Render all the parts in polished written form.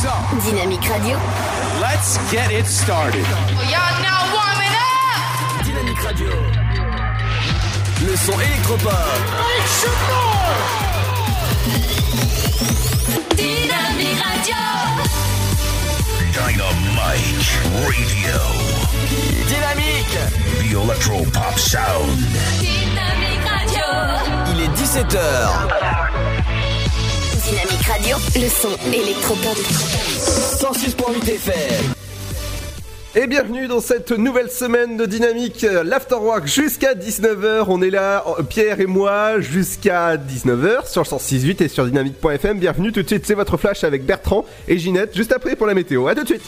Dynamique Radio. Let's get it started. Y'all now warming up. Dynamique Radio. Le son électropop. Dynamique Radio. Dynamite Radio. Dynamique. The Electropop Sound. Dynamique Radio. Il est 17h. Dynamique Radio, le son électropop. 106.8 FM. Et bienvenue dans cette nouvelle semaine de Dynamique, l'Afterwork jusqu'à 19h. On est là, Pierre et moi, jusqu'à 19h sur le 106.8 et sur dynamique.fm. Bienvenue tout de suite, c'est votre flash avec Bertrand et Ginette, juste après pour la météo. À tout de suite.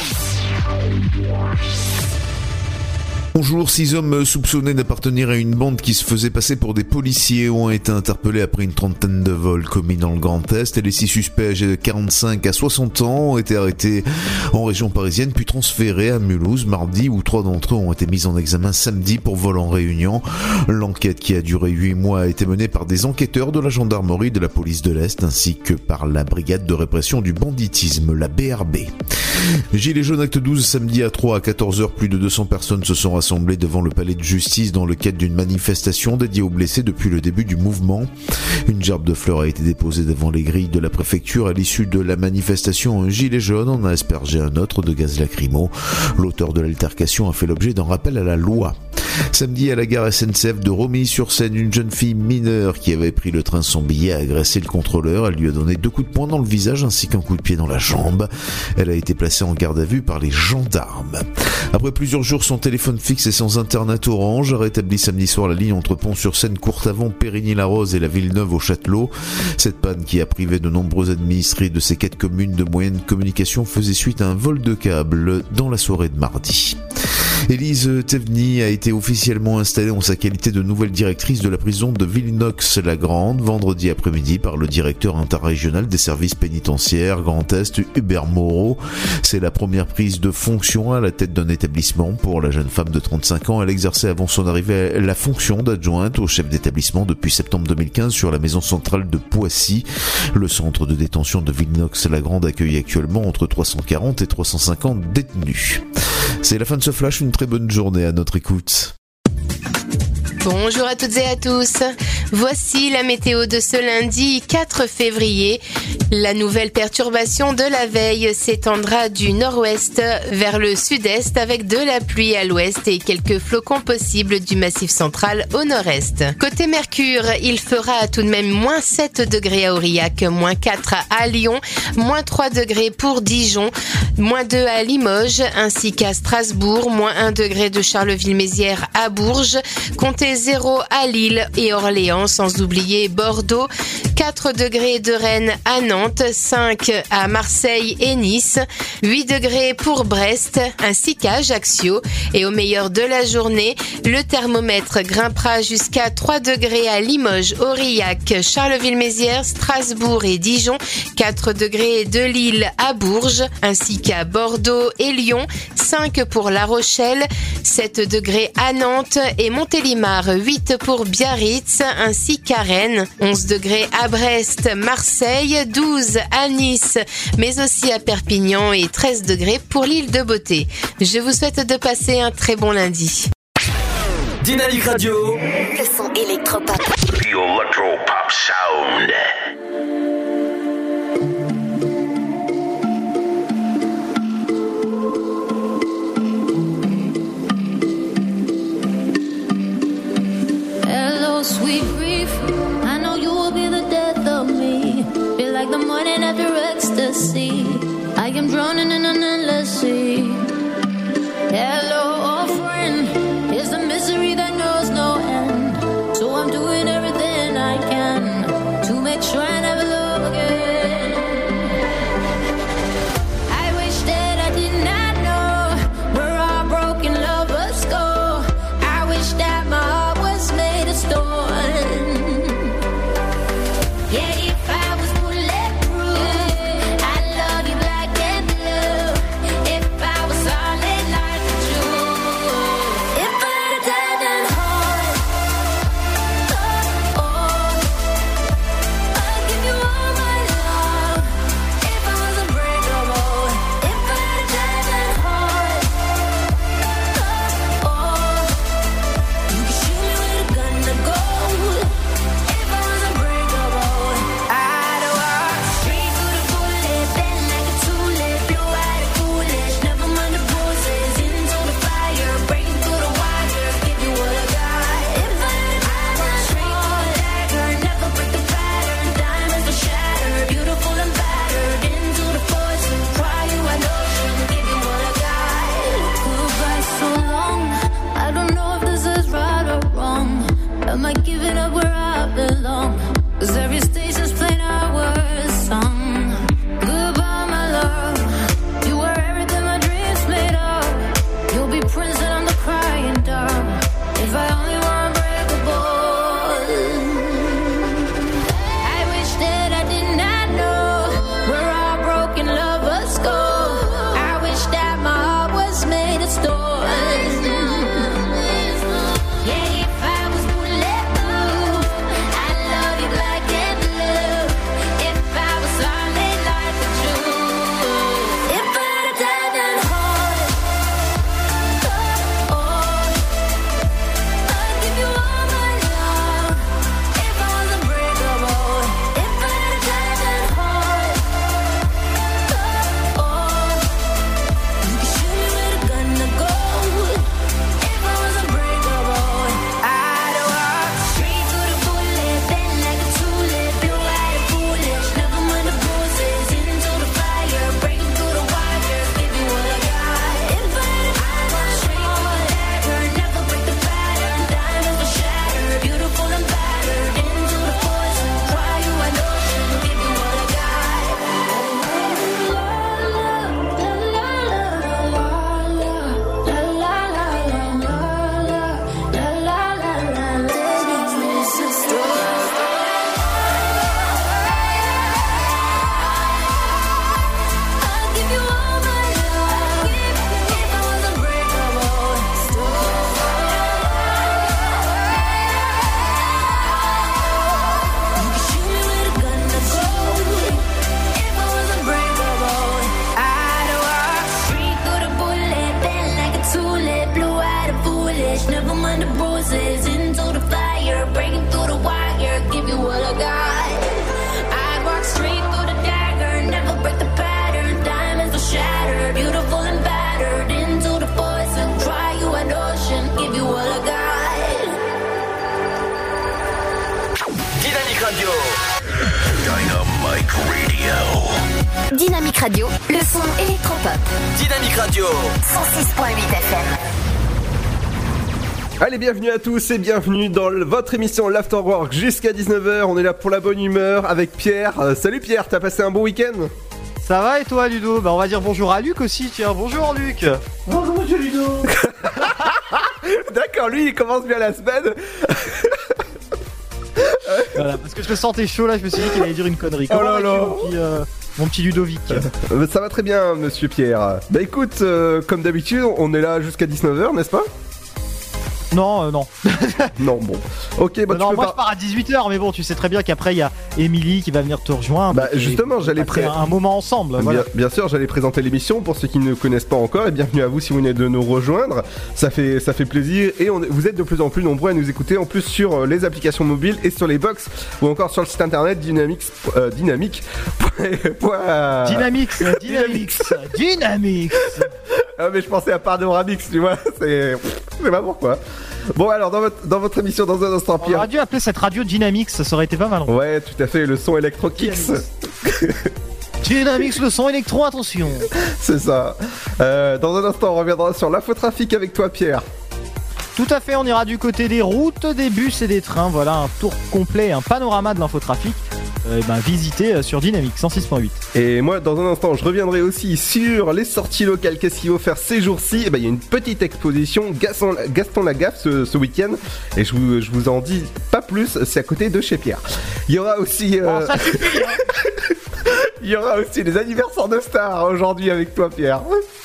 Bonjour, 6 hommes soupçonnés d'appartenir à une bande qui se faisait passer pour des policiers ont été interpellés après une trentaine de vols commis dans le Grand Est et les 6 suspects âgés de 45 à 60 ans ont été arrêtés en région parisienne puis transférés à Mulhouse mardi où 3 d'entre eux ont été mis en examen samedi pour vol en réunion. L'enquête qui a duré 8 mois a été menée par des enquêteurs de la gendarmerie de la police de l'Est ainsi que par la brigade de répression du banditisme, la BRB. Gilets jaunes acte 12 samedi à 3 à 14h, plus de 200 personnes se sont rassemblées devant le palais de justice dans le cadre d'une manifestation dédiée aux blessés depuis le début du mouvement. Une gerbe de fleurs a été déposée devant les grilles de la préfecture. À l'issue de la manifestation, un gilet jaune en a aspergé un autre de gaz lacrymo. L'auteur de l'altercation a fait l'objet d'un rappel à la loi. Samedi, à la gare SNCF de Romilly-sur-Seine, une jeune fille mineure qui avait pris le train sans billet a agressé le contrôleur. Elle lui a donné 2 coups de poing dans le visage ainsi qu'un coup de pied dans la jambe. Elle a été placée en garde à vue par les gendarmes. Après plusieurs jours sans téléphone fixe et sans internet Orange, a rétabli samedi soir la ligne entre Pont-sur-Seine, Courtavon, Périgny-la-Rose et la Villeneuve au Châtelot. Cette panne qui a privé de nombreux administrés de ces 4 communes de moyenne communication faisait suite à un vol de câble dans la soirée de mardi. Élise Théveny a été officiellement installée en sa qualité de nouvelle directrice de la prison de Villenox-la-Grande vendredi après-midi par le directeur interrégional des services pénitentiaires Grand Est, Hubert Moreau. C'est la première prise de fonction à la tête d'un établissement pour la jeune femme de 35 ans. Elle exerçait avant son arrivée la fonction d'adjointe au chef d'établissement depuis septembre 2015 sur la maison centrale de Poissy. Le centre de détention de Villenox-la-Grande accueille actuellement entre 340 et 350 détenus. C'est la fin de ce flash, une très bonne journée à notre écoute. Bonjour à toutes et à tous. Voici la météo de ce lundi 4 février. La nouvelle perturbation de la veille s'étendra du nord-ouest vers le sud-est avec de la pluie à l'ouest et quelques flocons possibles du massif central au nord-est. Côté Mercure, il fera tout de même moins 7 degrés à Aurillac, moins 4 à Lyon, moins 3 degrés pour Dijon, moins 2 à Limoges ainsi qu'à Strasbourg, moins 1 degré de Charleville-Mézières à Bourges, comptez 0 à Lille et Orléans, sans oublier Bordeaux, 4 degrés de Rennes à Nantes, 5 à Marseille et Nice, 8 degrés pour Brest ainsi qu'à Ajaccio. Et au meilleur de la journée, le thermomètre grimpera jusqu'à 3 degrés à Limoges, Aurillac, Charleville-Mézières, Strasbourg et Dijon, 4 degrés de Lille à Bourges ainsi qu'à Bordeaux et Lyon, 5 pour La Rochelle, 7 degrés à Nantes et Montélimar, 8 pour Biarritz ainsi qu'à Rennes, 11 degrés à Brest, Marseille, 12 à Nice, mais aussi à Perpignan et 13 degrés pour l'île de Beauté. Je vous souhaite de passer un très bon lundi. Dynamique Radio. Le son électropop. The Electropop Sound. Sweet grief, I know you will be the death of me. Feel like the morning after ecstasy. I am drowning in an endless sea. Hello, old friend, here's a misery that knows no end. So I'm doing everything I can to make sure I never love again. I wish that I did not know where our broken lovers go. I wish that my heart was made of stone. Yeah, if I was bulletproof, I'd love you black and blue. Dynamique Radio, le son électropop. Dynamique Radio. 106.8 FM. Allez, bienvenue à tous et bienvenue dans votre émission l'Afterwork jusqu'à 19h. On est là pour la bonne humeur avec Pierre. Salut Pierre, t'as passé un bon week-end ? Ça va et toi Ludo ? Bah on va dire bonjour à Luc aussi, tiens, bonjour Luc. Bonjour monsieur Ludo. D'accord, lui il commence bien la semaine. Voilà, parce que je me sentais chaud là, je me suis dit qu'il allait dire une connerie. Oh là là. Mon petit Ludovic. Ça va très bien monsieur Pierre. Bah écoute, comme d'habitude, on est là jusqu'à 19h, n'est-ce pas ? Non, non. Non, bon. Ok, bah non, tu peux moi je pars à 18h, mais bon, tu sais très bien qu'après il y a Émilie qui va venir te rejoindre. Bah justement, j'allais un moment ensemble. Voilà. Bien sûr, j'allais présenter l'émission pour ceux qui ne connaissent pas encore. Et bienvenue à vous si vous venez de nous rejoindre. Ça fait plaisir et vous êtes de plus en plus nombreux à nous écouter en plus sur les applications mobiles et sur les box ou encore sur le site internet Dynamix. Ah mais je pensais à Pardon-Ramix, tu vois. C'est pas pourquoi. Bon alors dans votre émission dans un instant Pierre. On aurait dû appeler cette radio Dynamix, ça aurait été pas mal. Ouais tout à fait, le son électro-kicks. Dynamix, le son électro, attention. C'est ça. Dans un instant on reviendra sur l'infotrafic avec toi Pierre. Tout à fait, on ira du côté des routes, des bus et des trains. Voilà un tour complet, un panorama de l'infotrafic. Visitez sur Dynamique 106.8. Et moi dans un instant je reviendrai aussi sur les sorties locales, qu'est-ce qu'il faut faire ces jours-ci. Et il y a une petite exposition Gaston Lagaffe ce week-end et je vous en dis pas plus, c'est à côté de chez Pierre. Il y aura aussi ça suffit, hein. Il y aura aussi les anniversaires de stars aujourd'hui avec toi Pierre.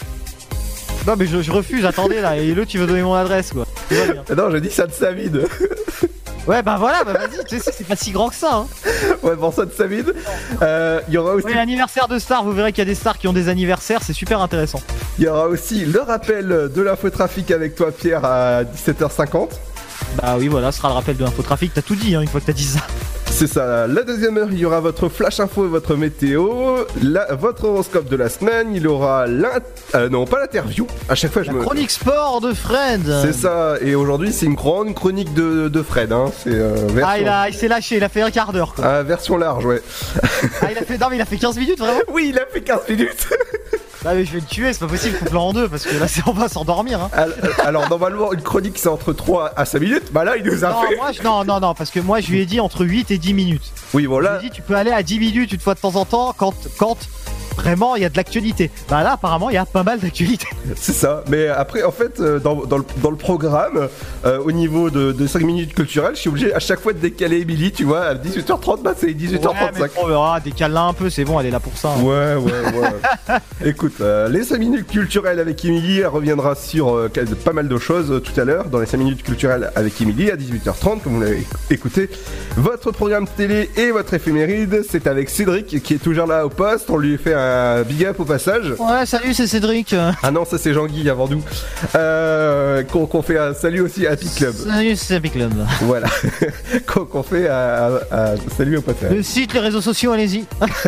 Non mais je refuse, attendez là, et tu veux donner mon adresse quoi. Non, je dis ça de Savide. Ouais bah voilà, bah vas-y, tu sais c'est pas si grand que ça hein. Ouais bon ça de Savide. Il y aura aussi l'anniversaire de stars, vous verrez qu'il y a des stars qui ont des anniversaires, c'est super intéressant. Il y aura aussi le rappel de l'infotrafic avec toi Pierre à 17h50. Bah oui voilà, ce sera le rappel de l'infotrafic, t'as tout dit hein, une fois que t'as dit ça. C'est ça, la deuxième heure, il y aura votre flash info et votre météo, votre horoscope de la semaine, il y aura non pas l'interview, à chaque fois chronique sport de Fred. C'est ça, et aujourd'hui c'est une grande chronique de Fred, hein. C'est version... il s'est lâché, il a fait un quart d'heure quoi. Version large, ouais. Non mais il a fait 15 minutes vraiment. Oui, il a fait 15 minutes. Ah mais je vais le tuer, c'est pas possible, coupe-le en deux parce que là on va s'endormir hein. Alors normalement une chronique c'est entre 3 à 5 minutes, bah là il nous a fait... Non, parce que moi je lui ai dit entre 8 et 10 minutes. Oui voilà. Je lui ai dit tu peux aller à 10 minutes une fois de temps en temps quand vraiment il y a de l'actualité. Bah là apparemment il y a pas mal d'actualité. C'est ça, mais après en fait dans le programme au niveau de 5 minutes culturelles, je suis obligé à chaque fois de décaler Émilie, tu vois, à 18h30, bah c'est 18h35. Ouais, on verra, décale-la un peu, c'est bon, elle est là pour ça. Hein. Ouais. Écoute, les 5 minutes culturelles avec Émilie, elle reviendra sur pas mal de choses tout à l'heure dans les 5 minutes culturelles avec Émilie à 18h30, comme vous l'avez écouté. Votre programme télé et votre éphéméride, c'est avec Cédric qui est toujours là au poste, on lui fait un big up au passage. Ouais, salut, c'est Cédric. Ah non, ça c'est Jean-Guy avant nous. Qu'on fait un salut aussi à Happy Club. Salut, c'est Happy Club. Voilà. qu'on fait un salut au passage. Le site, les réseaux sociaux, allez-y.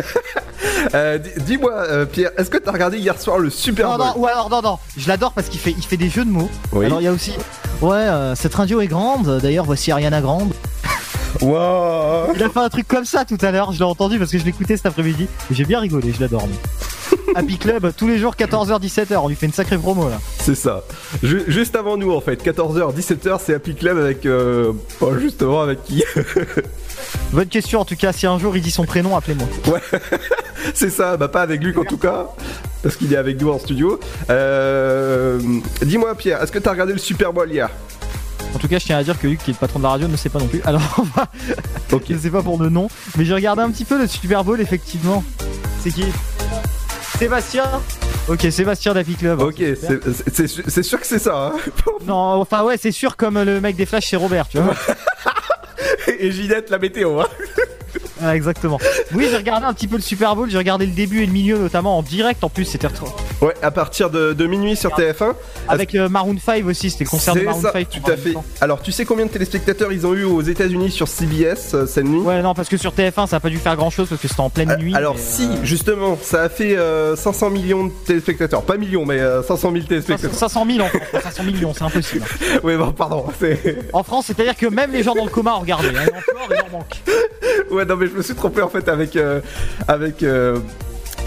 Dis-moi, Pierre, est-ce que t'as regardé hier soir le Super Bowl ? Non, je l'adore parce qu'il fait des jeux de mots. Oui. Alors il y a aussi, cette radio est grande. D'ailleurs, voici Ariana Grande. Wow. Il a fait un truc comme ça tout à l'heure, je l'ai entendu parce que je l'écoutais cet après-midi et j'ai bien rigolé, je l'adore. Happy Club, tous les jours 14h-17h, on lui fait une sacrée promo là. C'est ça. Juste avant nous en fait, 14h-17h c'est Happy Club avec... justement avec qui. Bonne question en tout cas, si un jour il dit son prénom, appelez-moi. Ouais, c'est ça, bah pas avec Luc en tout cas, parce qu'il est avec nous en studio. Dis-moi Pierre, est-ce que t'as regardé le Super Bowl hier ? En tout cas, je tiens à dire que Luc, qui est le patron de la radio, ne sait pas non plus. Alors, ok. Je sais pas pour le nom, mais j'ai regardé un petit peu le Super Bowl, effectivement. C'est qui ? Sébastien ? Ok, Sébastien d'Happy Club. Ok, c'est sûr que c'est ça. Hein. Non, enfin ouais, c'est sûr comme le mec des Flashs chez Robert, tu vois. Et Ginette, la météo. Hein. Ah, exactement. Oui, j'ai regardé un petit peu le Super Bowl, j'ai regardé le début et le milieu notamment en direct, en plus c'était trop. Ouais, à partir de minuit sur TF1. Avec Maroon 5 aussi, c'était le concert de Maroon 5. Tout à fait. Alors tu sais combien de téléspectateurs ils ont eu aux États-Unis sur CBS cette nuit ? Ouais, non, parce que sur TF1 ça a pas dû faire grand chose parce que c'était en pleine nuit. Alors si, justement, ça a fait 500 millions de téléspectateurs. Pas millions, mais 500 000 téléspectateurs. 500 000 en France, 500 millions, c'est impossible. Oui, bon, pardon. En France, c'est-à-dire que même les gens dans le coma ont regardé. Hein, et encore, il en manque. Ouais, non, mais je me suis trompé en fait avec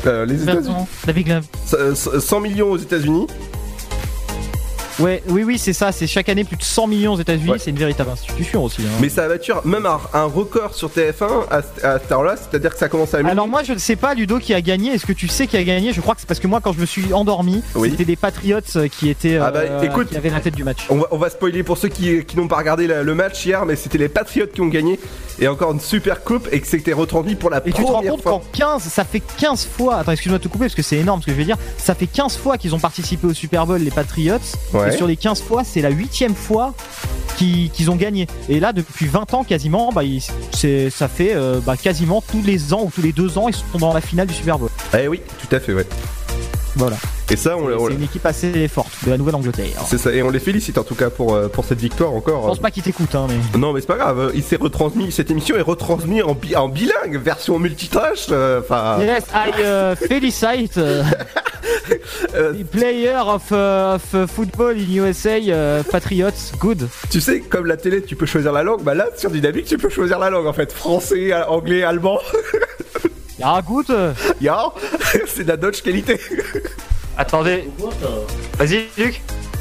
Les États-Unis. Avec 100 millions aux États-Unis. Ouais, oui, c'est ça. C'est chaque année plus de 100 millions aux États-Unis. Ouais. C'est une véritable institution aussi. Hein. Mais ça a battu même un record sur TF1 à cette heure-là, c'est-à-dire que ça commence à minuit. Alors moi, je ne sais pas, Ludo, qui a gagné. Est-ce que tu sais qui a gagné? Je crois que c'est parce que moi, quand je me suis endormi, c'était des Patriots qui étaient écoute, qui avaient la tête du match. On va spoiler pour ceux qui n'ont pas regardé le match hier, mais c'était les Patriots qui ont gagné. Et encore une super coupe et que c'était retransmis pour la première fois. Et tu te rends compte ça fait 15 fois. Attends, excuse-moi de te couper parce que c'est énorme ce que je vais dire. Ça fait 15 fois qu'ils ont participé au Super Bowl, les Patriots. Ouais. Et sur les 15 fois, c'est la 8ème fois qu'ils ont gagné. Et là, depuis 20 ans quasiment, ça fait quasiment tous les ans ou tous les 2 ans, ils sont dans la finale du Super Bowl. Eh oui, tout à fait, ouais. Voilà. Et ça, c'est une équipe assez forte de la Nouvelle-Angleterre. C'est ça, et on les félicite en tout cas pour cette victoire encore. Je pense pas qu'ils t'écoutent, hein, mais. Non, mais c'est pas grave. Cette émission est retransmise en bilingue, version multitâche. Yes, I felicite the player of football in USA, Patriots, good. Tu sais, comme la télé, tu peux choisir la langue. Bah là, sur Dynamique, tu peux choisir la langue en fait. Français, anglais, allemand. Ja, gut. Ja, c'est de la Dodge qualité. Attendez. Vas-y, Luc.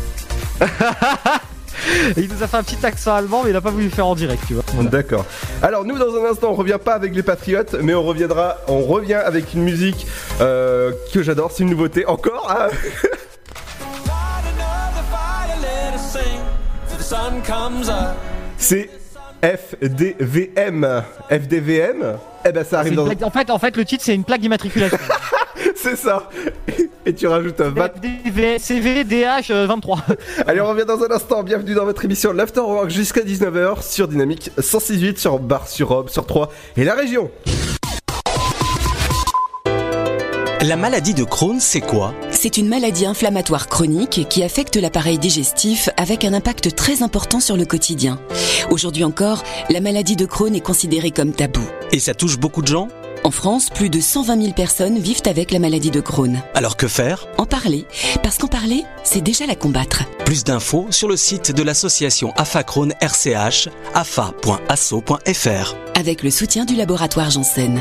Il nous a fait un petit accent allemand, mais il a pas voulu le faire en direct, tu vois. Voilà. D'accord. Alors nous, dans un instant, on revient pas avec les Patriotes, mais on revient avec une musique que j'adore. C'est une nouveauté encore. Hein. C'est FDVM. FDVM. Eh ben ça arrive en fait, le titre c'est une plaque d'immatriculation. C'est ça. Et tu rajoutes un CVDH 23. Allez, on revient dans un instant. Bienvenue dans votre émission l'Afterwork jusqu'à 19h sur Dynamique 106.8 sur Bar-sur-Aube, sur 3 et la région. La maladie de Crohn, c'est quoi ? C'est une maladie inflammatoire chronique qui affecte l'appareil digestif avec un impact très important sur le quotidien. Aujourd'hui encore, la maladie de Crohn est considérée comme tabou. Et ça touche beaucoup de gens ? En France, plus de 120 000 personnes vivent avec la maladie de Crohn. Alors que faire ? En parler, parce qu'en parler, c'est déjà la combattre. Plus d'infos sur le site de l'association AFA Crohn RCH, afa.asso.fr. Avec le soutien du laboratoire Janssen.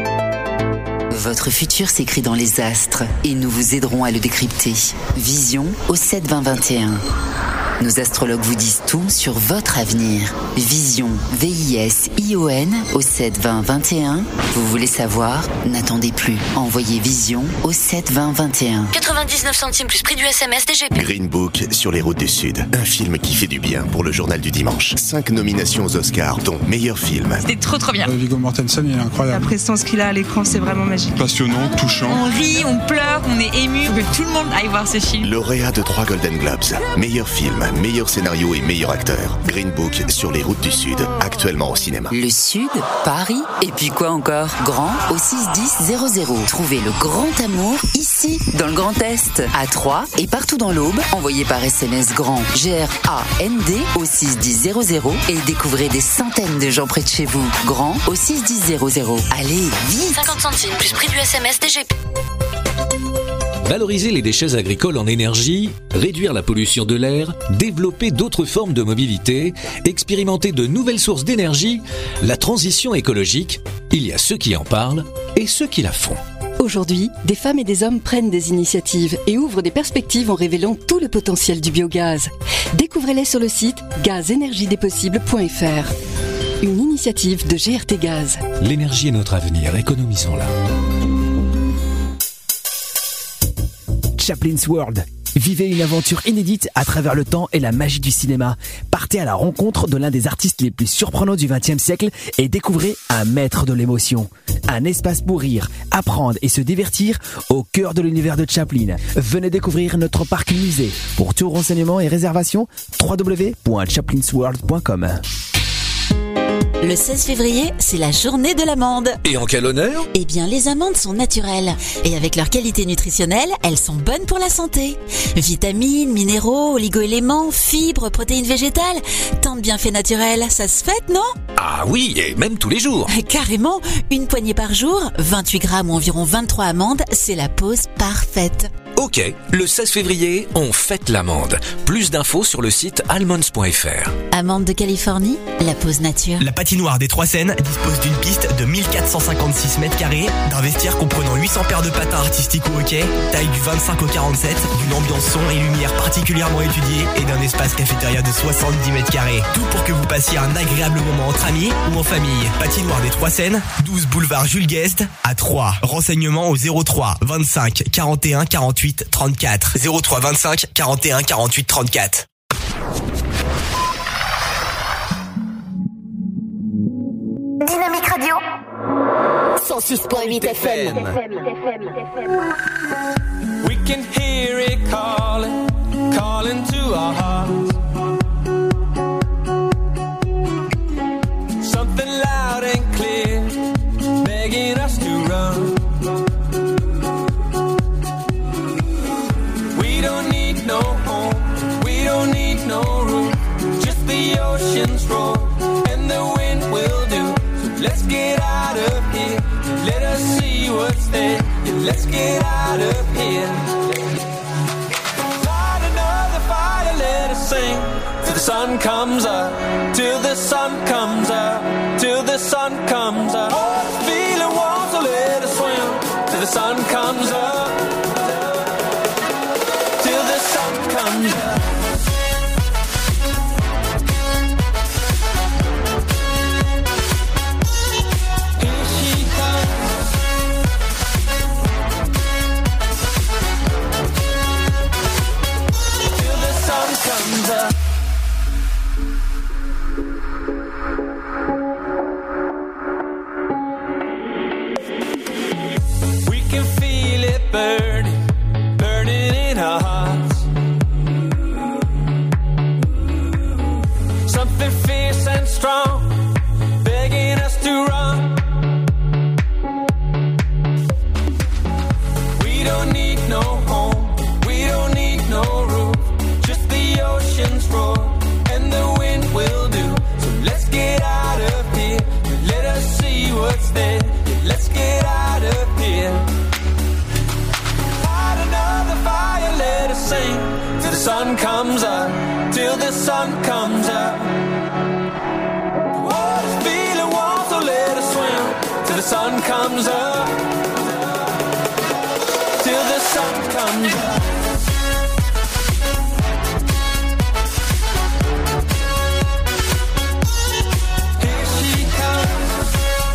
Votre futur s'écrit dans les astres et nous vous aiderons à le décrypter. Vision au 7-20-21. Nos astrologues vous disent tout sur votre avenir. Vision, V-I-S-I-O-N au 7-20-21. Vous voulez savoir ? N'attendez plus. Envoyez Vision au 7-20-21. 99 centimes plus prix du SMS DGP. Green Book sur les routes du Sud. Un film qui fait du bien pour le journal du dimanche. 5 nominations aux Oscars, dont meilleur film. C'était trop bien. Viggo Mortensen, il est incroyable. La prestance qu'il a à l'écran, c'est vraiment magique. Passionnant, touchant. On rit, on pleure, on est ému. Faut que tout le monde aille voir ce film. Lauréat de 3 Golden Globes. Meilleur film, meilleur scénario et meilleur acteur. Green Book sur les routes du Sud, actuellement au cinéma. Le Sud, Paris, et puis quoi encore ? Grand au 61000. Trouvez le grand amour ici, dans le Grand Est, à Troyes et partout dans l'Aube. Envoyez par SMS GRAND, G-R-A-N-D au 61000 et découvrez des centaines de gens près de chez vous. Grand au 61000. Allez, vite ! 50 centimes plus prix du SMS DGP. Valoriser les déchets agricoles en énergie, réduire la pollution de l'air, développer d'autres formes de mobilité, expérimenter de nouvelles sources d'énergie, la transition écologique, il y a ceux qui en parlent et ceux qui la font. Aujourd'hui, des femmes et des hommes prennent des initiatives et ouvrent des perspectives en révélant tout le potentiel du biogaz. Découvrez-les sur le site gazenergiedespossibles.fr. Une initiative de GRT Gaz. L'énergie est notre avenir, économisons-la. Chaplin's World. Vivez une aventure inédite à travers le temps et la magie du cinéma. Partez à la rencontre de l'un des artistes les plus surprenants du XXe siècle et découvrez un maître de l'émotion. Un espace pour rire, apprendre et se divertir au cœur de l'univers de Chaplin. Venez découvrir notre parc musée. Pour tout renseignement et réservation, www.chaplinsworld.com. Le 16 février, c'est la journée de l'amande. Et en quel honneur ? Eh bien, les amandes sont naturelles. Et avec leur qualité nutritionnelle, elles sont bonnes pour la santé. Vitamines, minéraux, oligo-éléments, fibres, protéines végétales. Tant de bienfaits naturels, ça se fête, non ? Ah oui, et même tous les jours. Carrément, une poignée par jour, 28 grammes ou environ 23 amandes, c'est la pause parfaite. Ok, le 16 février, on fête l'amande. Plus d'infos sur le site almonds.fr. Amande de Californie, la pause nature. La patinoire des Trois Seines dispose d'une piste de 1456 mètres carrés, d'un vestiaire comprenant 800 paires de patins artistiques au hockey, taille du 25 au 47, d'une ambiance son et lumière particulièrement étudiée et d'un espace cafétéria de 70 mètres carrés. Tout pour que vous passiez un agréable moment entre amis ou en famille. Patinoire des Trois Seines, 12 boulevard Jules Guest à Troyes. Renseignements au 03 25 41 48 34. 03 25 41 48 34. Dynamique Radio 106.8 FM. We can hear it calling, calling to our hearts. Something loud and clear, begging us to run. We don't need no home, we don't need no roof, just the ocean's roar and the wind will do. So let's get out of here, let us see what's there. Yeah, let's get out of here. Light another fire, let us sing till the sun comes up, till the sun comes up, till the sun comes up. Oh, this feeling warm, so let us swim till the sun comes up. Comes up. Here she comes. Till the sun comes up. We can feel it burning, burning in our hearts. Something fierce and strong, begging us to run. We don't need no home, we don't need no roof, just the ocean's roar and the wind will do. So let's get out of here, let us see what's there. Let's get out of here. Light another fire, let us sing till the sun comes up, till the sun comes up. The water's feeling warm, so let us swim till the sun comes up, till the sun comes up. Here she comes.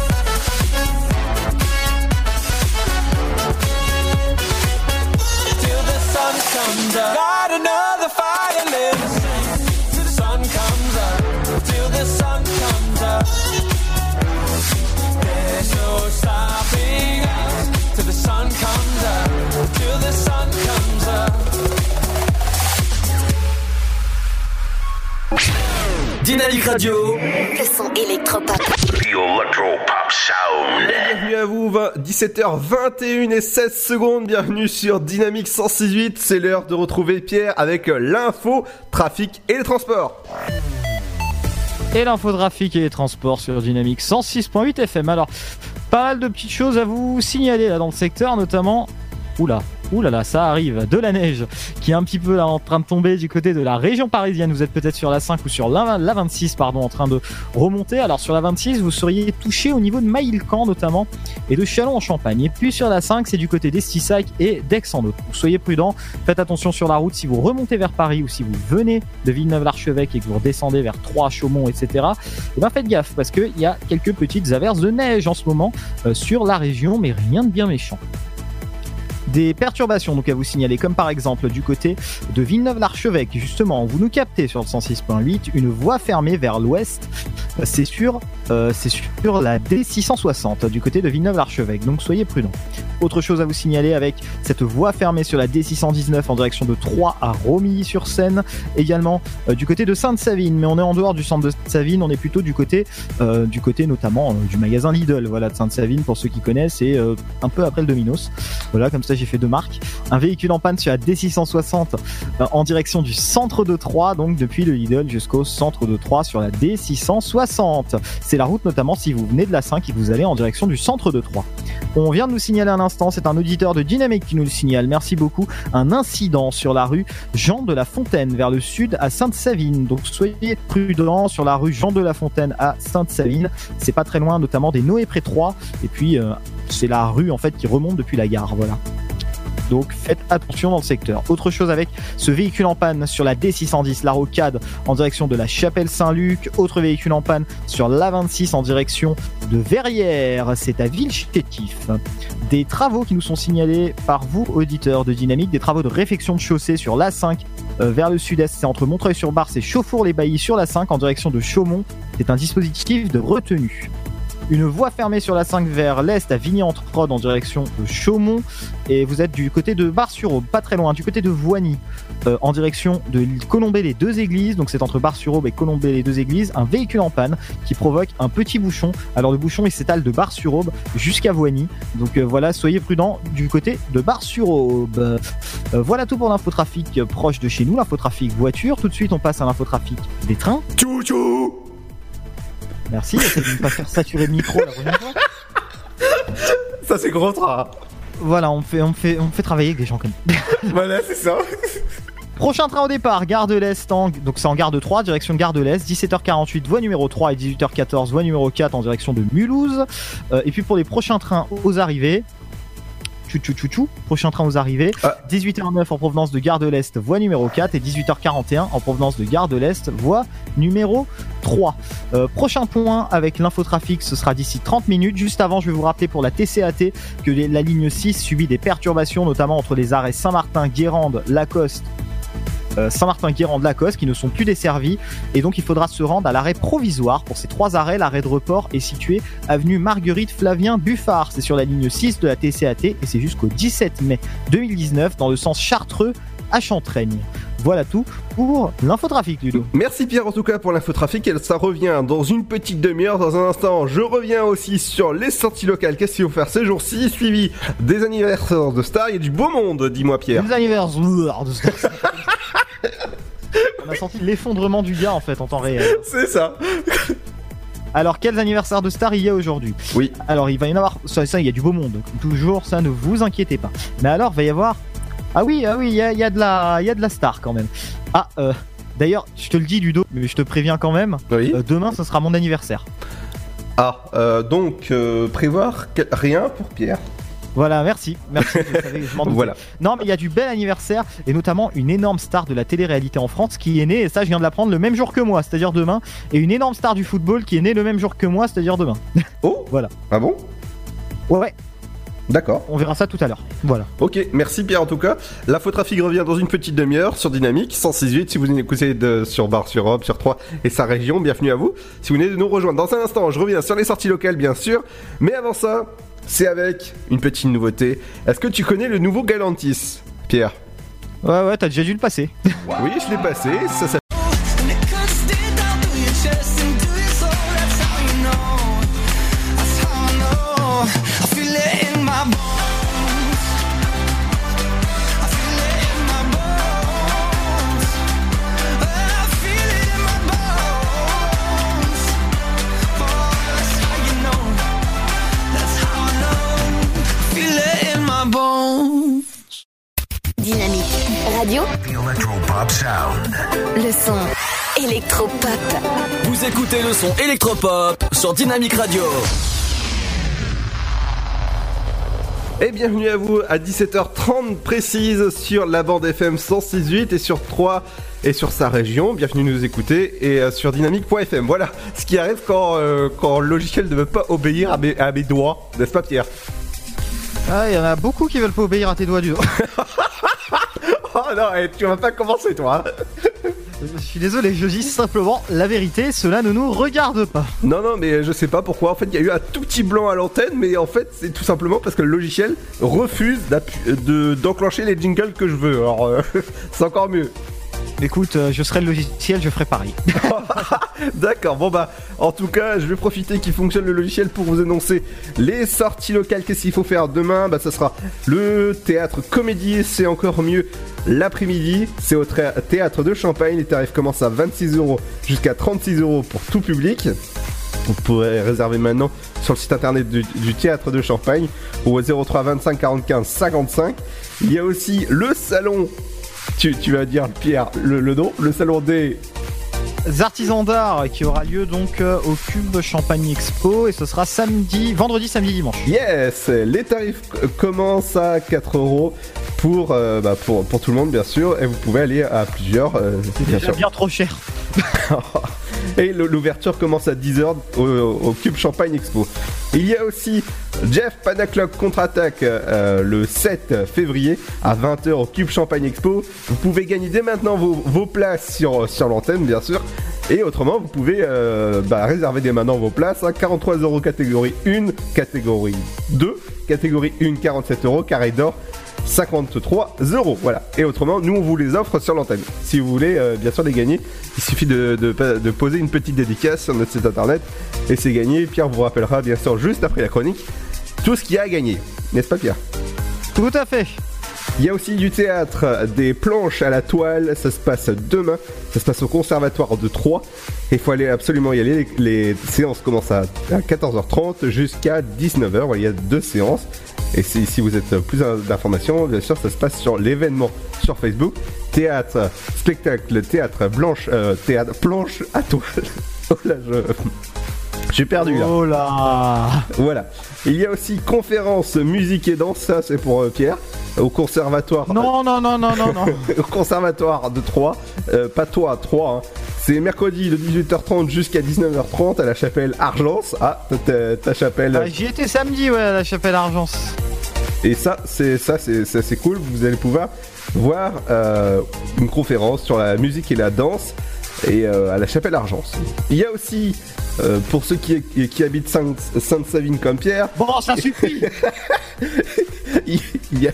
Till the sun comes up. Light another fire, let us sing till the sun comes up, till the sun comes up. There's no stopping us till the sun comes up, till the sun comes up. Dynamique Radio. Le son électropop. The Electropop Sound. Bienvenue à vous, 17h21 et 16 secondes, bienvenue sur Dynamique 106.8, c'est l'heure de retrouver Pierre avec l'info, trafic et les transports. Et l'infotrafic et les transports sur Dynamique 106.8 FM. Alors, pas mal de petites choses à vous signaler là dans le secteur, notamment... Ouh là là, ça arrive, de la neige qui est un petit peu là en train de tomber du côté de la région parisienne. Vous êtes peut-être sur la 5 ou sur la 26 en train de remonter. Alors sur la 26, vous seriez touché au niveau de Maillecamp notamment et de Châlons-en-Champagne. Et puis sur la 5, c'est du côté d'Estissac et d'Aix-en-Othe. Donc soyez prudents, faites attention sur la route si vous remontez vers Paris ou si vous venez de Villeneuve-l'Archevêque et que vous redescendez vers Troyes, Chaumont, etc. Et ben faites gaffe parce qu'il y a quelques petites averses de neige en ce moment sur la région, mais rien de bien méchant. Des perturbations donc à vous signaler, comme par exemple du côté de Villeneuve-l'Archevêque. Justement, vous nous captez sur le 106.8, une voie fermée vers l'ouest, c'est sur la D660 du côté de Villeneuve-l'Archevêque, donc soyez prudents. Autre chose à vous signaler avec cette voie fermée sur la D619 en direction de Troyes à Romilly-sur-Seine, également du côté de Sainte-Savine, mais on est en dehors du centre de Savine, on est plutôt du côté notamment du magasin Lidl, voilà, de Sainte-Savine pour ceux qui connaissent, et un peu après le Dominos. Voilà, comme ça j'ai fait 2 marques. Un véhicule en panne sur la D660 en direction du centre de Troyes, donc depuis le Lidl jusqu'au centre de Troyes sur la D660. C'est la route notamment si vous venez de la 5 et que vous allez en direction du centre de Troyes. On vient de nous signaler un instant, c'est un auditeur de Dynamique qui nous le signale, merci beaucoup, un incident sur la rue Jean de la Fontaine vers le sud à Sainte-Savine. Donc soyez prudents sur la rue Jean de la Fontaine à Sainte-Savine. C'est pas très loin notamment des Noé près Troyes. Et puis c'est la rue en fait qui remonte depuis la gare, voilà. Donc faites attention dans le secteur. Autre chose avec ce véhicule en panne sur la D610, la rocade en direction de la Chapelle-Saint-Luc. Autre véhicule en panne sur l'A26 en direction de Verrières. C'est à Villechétif. Des travaux qui nous sont signalés par vous, auditeurs de Dynamique. Des travaux de réfection de chaussée sur l'A5 vers le sud-est. C'est entre Montreuil-sur-Barse et Chauffour-les-Baillis sur l'A5 en direction de Chaumont. C'est un dispositif de retenue. Une voie fermée sur la 5 vers l'est à Vigny-entre-Rhodes en direction de Chaumont. Et vous êtes du côté de Bar-sur-Aube, pas très loin, du côté de Voigny, en direction de Colombey-les-Deux-Églises. Donc c'est entre Bar-sur-Aube et Colombey-les-Deux-Églises. Un véhicule en panne qui provoque un petit bouchon. Alors le bouchon il s'étale de Bar-sur-Aube jusqu'à Voigny. Donc voilà, soyez prudents du côté de Bar-sur-Aube. Voilà tout pour l'infotrafic proche de chez nous, l'infotrafic voiture. Tout de suite on passe à l'infotrafic des trains. Tchou-tchou. Merci, essayez de ne pas faire saturer le micro la première fois. Ça c'est gros train. Voilà, on fait travailler avec des gens comme nous. Voilà, c'est ça. Prochain train au départ, gare de l'Est, donc c'est en gare de Troyes, direction gare de l'Est, 17h48, voie numéro 3 et 18h14, voie numéro 4 en direction de Mulhouse. Et puis pour les prochains trains aux arrivées, prochain train aux arrivées, 18h09 en provenance de gare de l'Est, voie numéro 4 et 18h41 en provenance de gare de l'Est, voie numéro 3. Prochain point avec l'infotrafic, ce sera d'ici 30 minutes. Juste avant, je vais vous rappeler pour la TCAT que la ligne 6 subit des perturbations, notamment entre les arrêts Saint-Martin, Guérande, Lacoste, Saint-Martin-Guérande-Lacoste qui ne sont plus desservis et donc il faudra se rendre à l'arrêt provisoire. Pour ces 3 arrêts, l'arrêt de report est situé avenue Marguerite Flavien Buffard, c'est sur la ligne 6 de la TCAT et c'est jusqu'au 17 mai 2019 dans le sens Chartreux à Chantraigne. Voilà tout pour l'infotrafic, Ludo. Merci Pierre en tout cas pour l'infotrafic, et ça revient dans une petite demi-heure. Dans un instant, je reviens aussi sur les sorties locales. Qu'est-ce qu'il faut faire ces jours-ci, suivi des anniversaires de stars et du beau monde, dis-moi Pierre. Des anniversaires de stars. On a senti l'effondrement du gars en fait en temps réel. C'est ça. Alors quels anniversaires de stars il y a aujourd'hui? Oui. Alors il va y en avoir, ça il y a du beau monde, comme toujours, ça ne vous inquiétez pas. Mais alors il va y avoir... Ah oui, il y a de la star quand même. D'ailleurs, je te le dis Ludo, mais je te préviens quand même, oui. Demain ce sera mon anniversaire. Donc prévoir rien pour Pierre. Voilà, merci, je savais, je m'en doutais. Voilà. Non, mais il y a du bel anniversaire, et notamment une énorme star de la télé-réalité en France qui est née, et ça je viens de l'apprendre le même jour que moi, c'est-à-dire demain, et une énorme star du football qui est née le même jour que moi, c'est-à-dire demain. Oh. Voilà. Ah bon? Ouais. D'accord. On verra ça tout à l'heure. Voilà. Ok, merci Pierre en tout cas. L'infotrafic revient dans une petite demi-heure sur Dynamique 106.8 si vous nous écoutez sur Bar-sur-Aube, sur Troyes et sa région, bienvenue à vous. Si vous venez de nous rejoindre, dans un instant, je reviens sur les sorties locales bien sûr, mais avant ça, c'est avec une petite nouveauté. Est-ce que tu connais le nouveau Galantis, Pierre? Ouais, t'as déjà dû le passer. Oui, je l'ai passé, ça s'appelle... Dynamique Radio. Le son électropop. Vous écoutez le son électropop sur Dynamique Radio. Et bienvenue à vous à 17h30 précise sur la bande FM 106.8 et sur Troyes et sur sa région. Bienvenue nous écouter et sur dynamique.fm. Voilà ce qui arrive quand le logiciel ne veut pas obéir à mes doigts, n'est-ce pas Pierre? Ah, il y en a beaucoup qui veulent pas obéir à tes doigts durs. Oh non, tu vas pas commencer toi. Je suis désolé, je dis simplement la vérité, cela ne nous regarde pas. Non, mais je sais pas pourquoi. En fait, il y a eu un tout petit blanc à l'antenne, mais en fait, c'est tout simplement parce que le logiciel refuse d'enclencher les jingles que je veux. Alors, c'est encore mieux. Écoute, je serai le logiciel, je ferai pareil. D'accord, bon bah, en tout cas, je vais profiter qu'il fonctionne le logiciel pour vous annoncer les sorties locales. Qu'est-ce qu'il faut faire demain? Bah, ça sera le théâtre Comédie, c'est encore mieux l'après-midi. C'est au théâtre de Champagne. Les tarifs commencent à 26€ jusqu'à 36€ pour tout public. Vous pourrez réserver maintenant sur le site internet du théâtre de Champagne ou au 03 25 45 55. Il y a aussi le salon. Tu vas dire, Pierre, le nom, le salon des artisans d'art qui aura lieu donc au Cube Champagne Expo et ce sera vendredi, samedi, dimanche. Yes, les tarifs commencent à 4€ pour tout le monde bien sûr et vous pouvez aller à plusieurs. C'est déjà bien trop cher. Et l'ouverture commence à 10h au Cube Champagne Expo. Il y a aussi Jeff Panaclock contre-attaque le 7 février à 20h au Cube Champagne Expo. Vous pouvez gagner dès maintenant vos places sur l'antenne bien sûr. Et autrement vous pouvez réserver dès maintenant vos places. 43€ catégorie 1, catégorie 2, catégorie 1 47€, carré d'or 53€, voilà. Et autrement, nous on vous les offre sur l'antenne. Si vous voulez bien sûr les gagner, il suffit de poser une petite dédicace sur notre site internet et c'est gagné. Pierre vous rappellera bien sûr juste après la chronique tout ce qu'il y a à gagner, n'est-ce pas Pierre? Tout à fait. Il y a aussi du théâtre, des planches à la toile, ça se passe demain, ça se passe au Conservatoire de Troyes. Il faut absolument y aller, les séances commencent à 14h30 jusqu'à 19h, il y a 2 séances. Et si vous êtes plus d'informations, bien sûr, ça se passe sur l'événement sur Facebook. Théâtre, spectacle, théâtre, théâtre, planche à toile. Oh là, je suis perdu là. Oh là. Voilà. Il y a aussi conférence, musique et danse, ça c'est pour Pierre, au conservatoire. Non. Au conservatoire de Troyes, pas toi, Troyes. Hein. C'est mercredi de 18h30 jusqu'à 19h30 à la chapelle Argence. Ah, ta chapelle. J'y étais samedi, ouais, à la chapelle Argence. Et ça, c'est cool. Vous allez pouvoir voir une conférence sur la musique et la danse et à la chapelle Argence. Il y a aussi pour ceux qui habitent Sainte-Savine comme Pierre. Bon, ça suffit. Il y a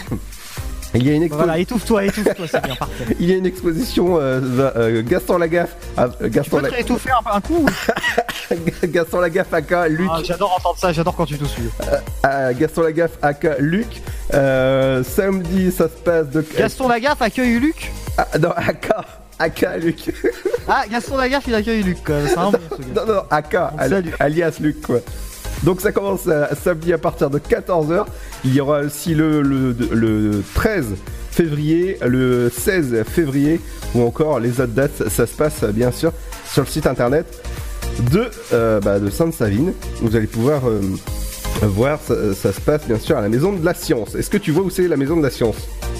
une exposition. Voilà, étouffe-toi, c'est bien, parfait. Il y a une exposition Gaston Lagaffe. Tu peux te étouffer un coup. Gaston Lagaffe aka Luc. Ah, j'adore entendre ça, j'adore quand tu tousses. Gaston Lagaffe aka Luc. Samedi, ça se passe de. Gaston Lagaffe accueille Luc. Ah, non, aka Luc. Ah, Gaston Lagaffe il accueille Luc, quoi. C'est un bon ce gars. Non, aka, alias Luc, quoi. Donc ça commence samedi à partir de 14h. Il y aura aussi le 13 février, le 16 février ou encore les autres dates. Ça se passe bien sûr sur le site internet de Sainte-Savine. Vous allez pouvoir voir, ça se passe bien sûr à la Maison de la Science. Est-ce que tu vois où c'est la Maison de la Science?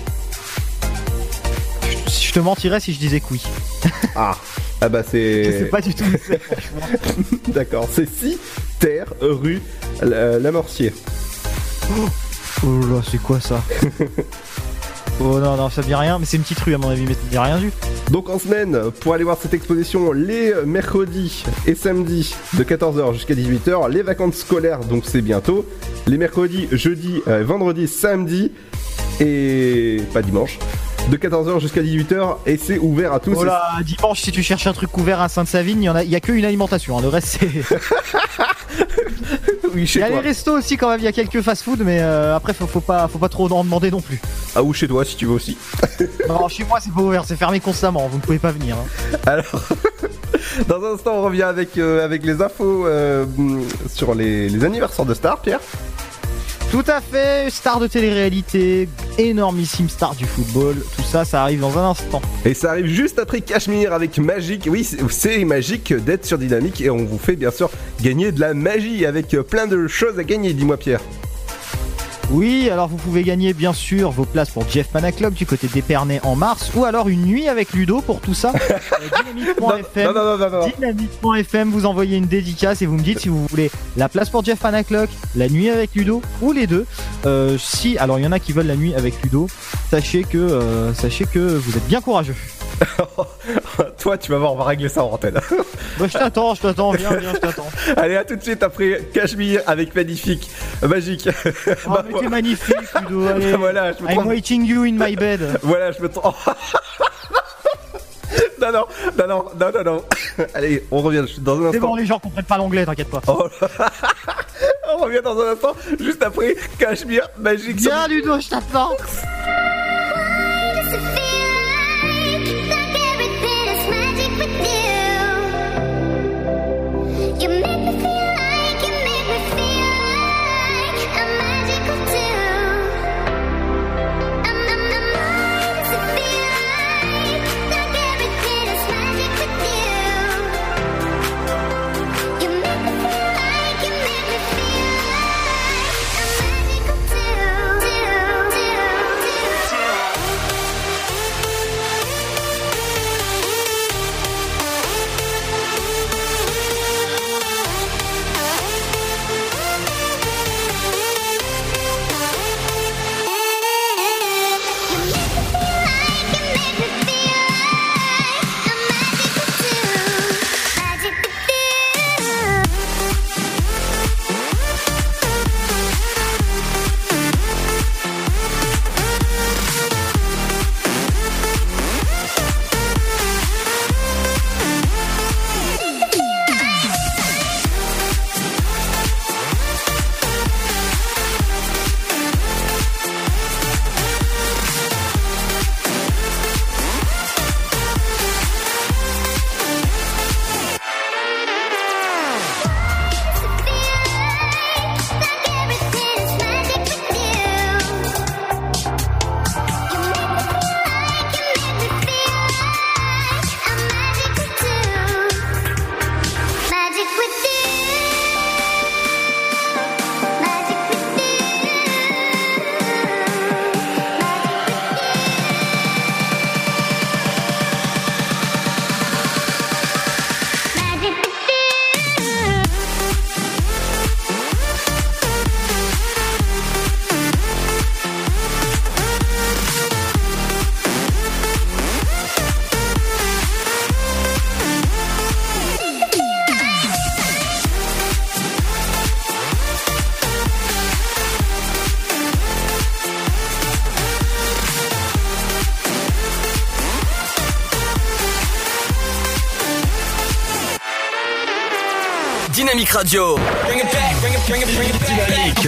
Je te mentirais si je disais que oui. Ah bah c'est... Je sais pas du tout où c'est, franchement. D'accord, c'est 6 terre rue Lamorcier. Oh là, c'est quoi ça? Oh non, ça me dit rien, mais c'est une petite rue à mon avis, mais ça me dit rien du. Donc en semaine, pour aller voir cette exposition, les mercredis et samedis de 14h jusqu'à 18h, les vacances scolaires, donc c'est bientôt, les mercredis, jeudi, vendredi, samedi et pas dimanche. De 14h jusqu'à 18h et c'est ouvert à tous. Voilà, dimanche si tu cherches un truc ouvert à Sainte-Savine, il y a qu'une alimentation, hein. Le reste c'est... Oui, chez toi. Il y a les restos aussi quand même, il y a quelques fast-food, mais après faut pas trop en demander non plus. Ah, ou chez toi si tu veux aussi. Non, chez moi c'est pas ouvert, c'est fermé constamment, vous ne pouvez pas venir. Hein. Alors, dans un instant on revient avec les infos sur les anniversaires de stars, Pierre. Tout à fait, star de télé-réalité, énormissime star du football, tout ça, ça arrive dans un instant. Et ça arrive juste après Cachemire avec Magique. Oui, c'est magique d'être sur Dynamique et on vous fait bien sûr gagner de la magie avec plein de choses à gagner, dis-moi Pierre. Oui, alors vous pouvez gagner bien sûr vos places pour Jeff Panaclock du côté d'Épernay en mars, ou alors une nuit avec Ludo pour tout ça. Dynamique.fm, Dynamique.fm, vous envoyez une dédicace et vous me dites si vous voulez la place pour Jeff Panaclock, la nuit avec Ludo ou les deux. Si, alors il y en a qui veulent la nuit avec Ludo, sachez que vous êtes bien courageux. Toi tu vas voir, on va régler ça en antenne. Bah, je t'attends, viens, je t'attends. Allez, à tout de suite après Cachemire avec Magique. Oh, mais t'es magnifique Ludo, allez. Voilà, I'm waiting you in my bed. Voilà, je me trompe. Non. Allez, on revient dans un instant. C'est bon, les gens comprennent pas l'anglais, t'inquiète pas. Oh. On revient dans un instant, juste après Cachemire Magique. Viens, Ludo, je t'attends. Dynamique Radio. Dynamique.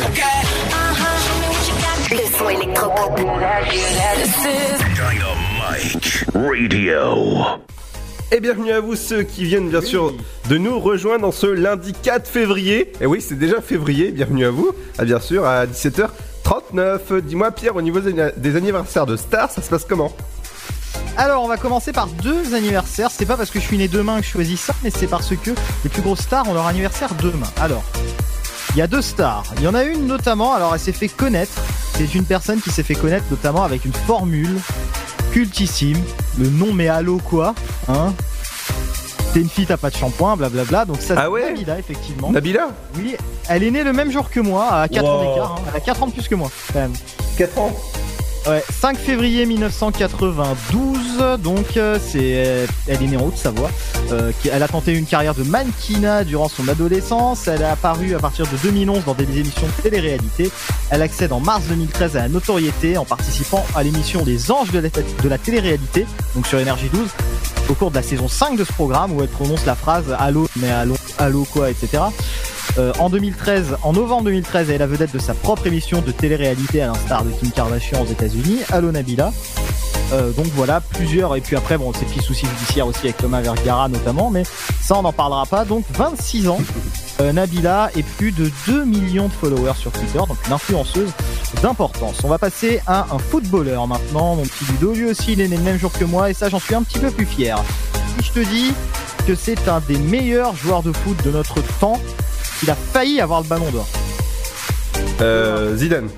Le son électropop. Dynamique Radio. Et bienvenue à vous ceux qui viennent bien sûr de nous rejoindre dans ce lundi 4 février. Et oui, c'est déjà février, bienvenue à vous. Bien sûr, à 17h39. Dis-moi Pierre, au niveau des anniversaires de stars, ça se passe comment ? Alors, on va commencer par 2 anniversaires. C'est pas parce que je suis né demain que je choisis ça, mais c'est parce que les plus grosses stars ont leur anniversaire demain. Alors, il y a 2 stars. Il y en a une notamment, alors elle s'est fait connaître. C'est une personne qui s'est fait connaître notamment avec une formule cultissime. Le nom mais allô quoi, hein ? T'es une fille, t'as pas de shampoing, blablabla. Donc ça, c'est Nabila, effectivement. Nabila ? Oui, elle est née le même jour que moi, à 4 ans d'écart. Hein. Elle a 4 ans de plus que moi, quand même. 4 ans ? Ouais, 5 février 1992, donc elle est née en Haute-Savoie. Elle a tenté une carrière de mannequinat durant son adolescence. Elle est apparue à partir de 2011 dans des émissions de télé-réalité. Elle accède en mars 2013 à la notoriété en participant à l'émission Les Anges de la télé-réalité, donc sur Énergie 12, au cours de la saison 5 de ce programme où elle prononce la phrase « Allô, mais allô quoi, etc. » En novembre 2013, elle est la vedette de sa propre émission de télé-réalité à l'instar de Kim Kardashian aux États-Unis, Allo Nabila. Donc voilà, plusieurs, et puis après, bon, ces petits soucis judiciaires aussi avec Thomas Vergara notamment, mais ça on n'en parlera pas. Donc 26 ans, Nabila et plus de 2 millions de followers sur Twitter, donc une influenceuse d'importance. On va passer à un footballeur maintenant, mon petit Ludo, lui aussi il est né le même jour que moi, et ça j'en suis un petit peu plus fier. Si je te dis que c'est un des meilleurs joueurs de foot de notre temps, il a failli avoir le ballon d'or. Zidane.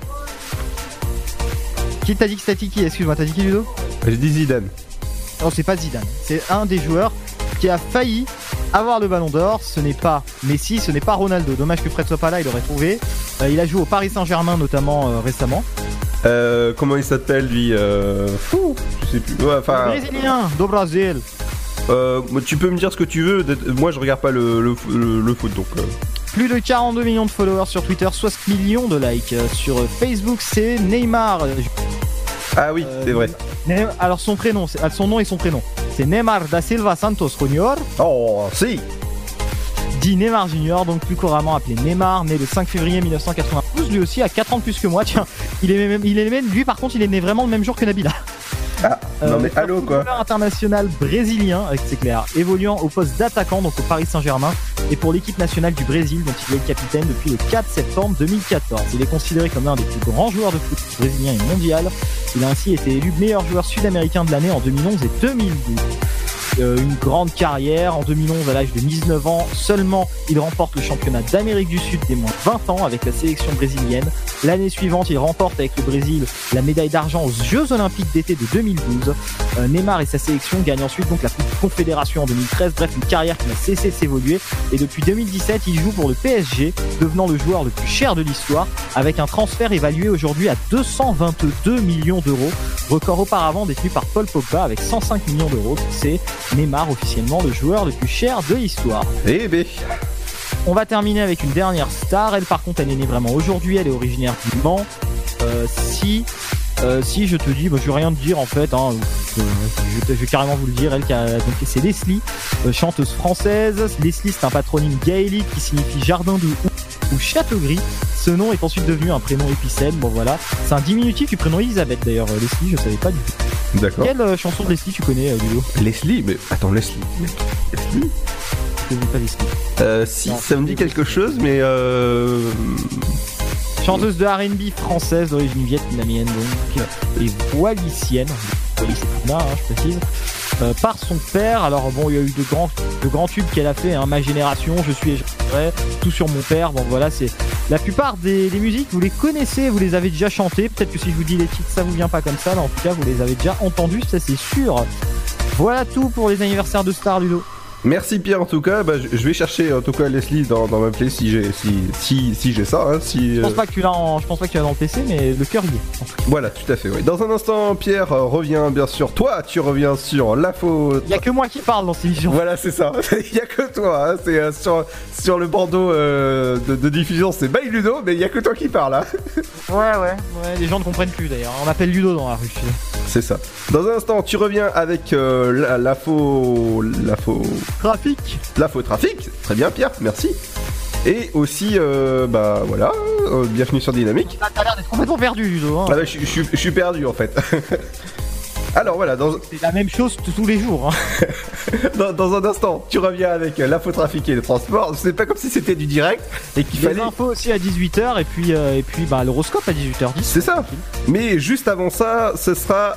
Qui t'a dit que c'était qui ? Excuse-moi, t'as dit qui, Ludo ? J'ai dit Zidane. Non, c'est pas Zidane. C'est un des joueurs qui a failli avoir le ballon d'or. Ce n'est pas Messi, ce n'est pas Ronaldo. Dommage que Fred soit pas là, il aurait trouvé. Il a joué au Paris Saint-Germain notamment récemment. Comment il s'appelle lui je sais plus. Ouais, Brésilien, do Brasil. Tu peux me dire ce que tu veux. Moi, je regarde pas le foot, donc. Plus de 42 millions de followers sur Twitter, 60 millions de likes sur Facebook. C'est Neymar. Ah oui, c'est vrai. Alors son nom et son prénom. c'est Neymar da Silva Santos Junior. Oh, si. Dit Neymar Junior, donc plus couramment appelé Neymar, né le 5 février 1992, lui aussi a 4 ans de plus que moi. Tiens, lui par contre, il est né vraiment le même jour que Nabila. Ah, non mais allô quoi. Joueur international brésilien, c'est clair, évoluant au poste d'attaquant, donc au Paris Saint-Germain, et pour l'équipe nationale du Brésil, dont il est le capitaine depuis le 4 septembre 2014. Il est considéré comme l'un des plus grands joueurs de foot brésilien et mondial. Il a ainsi été élu meilleur joueur sud-américain de l'année en 2011 et 2012. Une grande carrière. En 2011, à l'âge de 19 ans seulement, il remporte le championnat d'Amérique du Sud des moins de 20 ans avec la sélection brésilienne. L'année suivante, il remporte avec le Brésil la médaille d'argent aux Jeux Olympiques d'été de 2012. Neymar et sa sélection gagnent ensuite donc la Coupe Confédération en 2013. Bref, une carrière qui n'a cessé de s'évoluer. Et depuis 2017, il joue pour le PSG, devenant le joueur le plus cher de l'histoire, avec un transfert évalué aujourd'hui à 222 millions d'euros. Record auparavant détenu par Paul Pogba avec 105 millions d'euros. C'est Neymar officiellement le joueur le plus cher de l'histoire. Eh ben. On va terminer avec une dernière star. Elle par contre elle est née vraiment aujourd'hui. Elle est originaire du Mans. Si je te dis, je vais rien te dire en fait, hein, je vais carrément vous le dire. Donc c'est Leslie, chanteuse française. Leslie, c'est un patronyme gaélique qui signifie jardin de houx ou château gris. Ce nom est ensuite devenu un prénom épicène. Bon voilà, c'est un diminutif du prénom Elisabeth d'ailleurs. Leslie, je savais pas du tout. D'accord. Quelle chanson de Leslie tu connais, Ludo? Leslie, mais attends, Leslie. Je connais pas Leslie. Si, ça me dit quelque chose, mais chanteuse de R&B française d'origine vietnamienne donc et wallisienne, je précise, par son père. Alors bon, il y a eu de grands tubes qu'elle a fait, hein, Ma Génération, Je suis et je resterai, Tout sur mon père. Bon voilà, c'est la plupart des musiques, vous les connaissez, vous les avez déjà chantées. Peut-être que si je vous dis les titres, ça vous vient pas comme ça, mais en tout cas, vous les avez déjà entendus, ça c'est sûr. Voilà tout pour les anniversaires de stars, Ludo. Merci Pierre en tout cas, je vais chercher en tout cas Leslie dans ma playlist si j'ai ça. Hein, je pense pas que tu l'as dans le PC, mais le cœur y est. Voilà, tout à fait. Oui. Dans un instant, Pierre revient bien sûr. Toi, tu reviens sur l'info. Il y a que moi qui parle dans cette émission. Voilà, c'est ça. Il y a que toi. Hein. C'est sur le bandeau de diffusion, c'est by Ludo, mais il y a que toi qui parle. Hein. Ouais. Les gens ne comprennent plus d'ailleurs. On m'appelle Ludo dans la rue. C'est ça. Dans un instant, tu reviens avec l'info. L'info trafic, très bien Pierre, merci. Et aussi, voilà, bienvenue sur Dynamique. T'as l'air d'être complètement perdu, Ludo. Hein. Ah bah, je suis perdu en fait. Alors voilà, c'est la même chose tous les jours. Hein. dans un instant, tu reviens avec l'info trafic et le transport. C'est pas comme si c'était du direct et qu'il fallait. Les infos aussi à 18h et puis l'horoscope à 18h10. C'est ça. Mais juste avant ça, ce sera.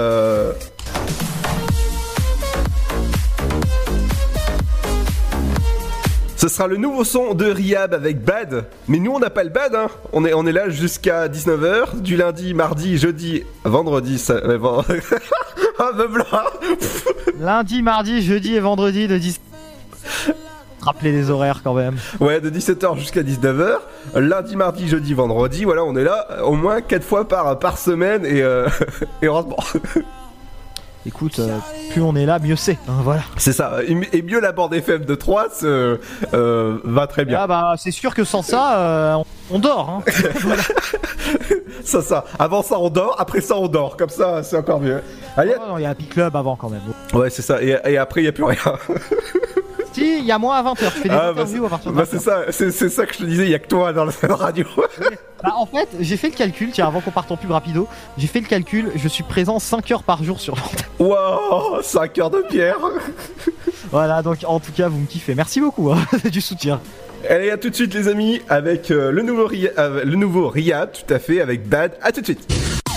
Ce sera le nouveau son de Rihab avec Bad. Mais nous on n'a pas le Bad hein. On est là jusqu'à 19h. Du lundi, mardi, jeudi, vendredi Ah me blanc. Lundi, mardi, jeudi et vendredi de 10. Rappeler les horaires quand même. Ouais, de 17h jusqu'à 19h. Lundi, mardi, jeudi, vendredi. Voilà, on est là au moins 4 fois par semaine et heureusement. Écoute, plus on est là, mieux c'est. Hein, voilà. C'est ça. Et mieux la bande FM de 3 va très bien. Ah bah c'est sûr que sans ça, on dort. Hein. Voilà. Ça. Avant ça, on dort. Après ça, on dort. Comme ça, c'est encore mieux. Allez. Il y a Happy Club avant quand même. Ouais, c'est ça. Et après, il n'y a plus rien. Si, il y a moins à 20h. Je fais des interviews à partir de 20h. C'est ça que je te disais. Il n'y a que toi dans la radio. En fait, j'ai fait le calcul. Tiens, avant qu'on parte en pub rapido, j'ai fait le calcul. Je suis présent 5 heures par jour sur l'antenne. Wow, 5 heures de Pierre. Voilà, donc en tout cas, vous me kiffez. Merci beaucoup du soutien. Allez, à tout de suite les amis avec le nouveau Rihab, tout à fait, avec Bad. À tout de suite.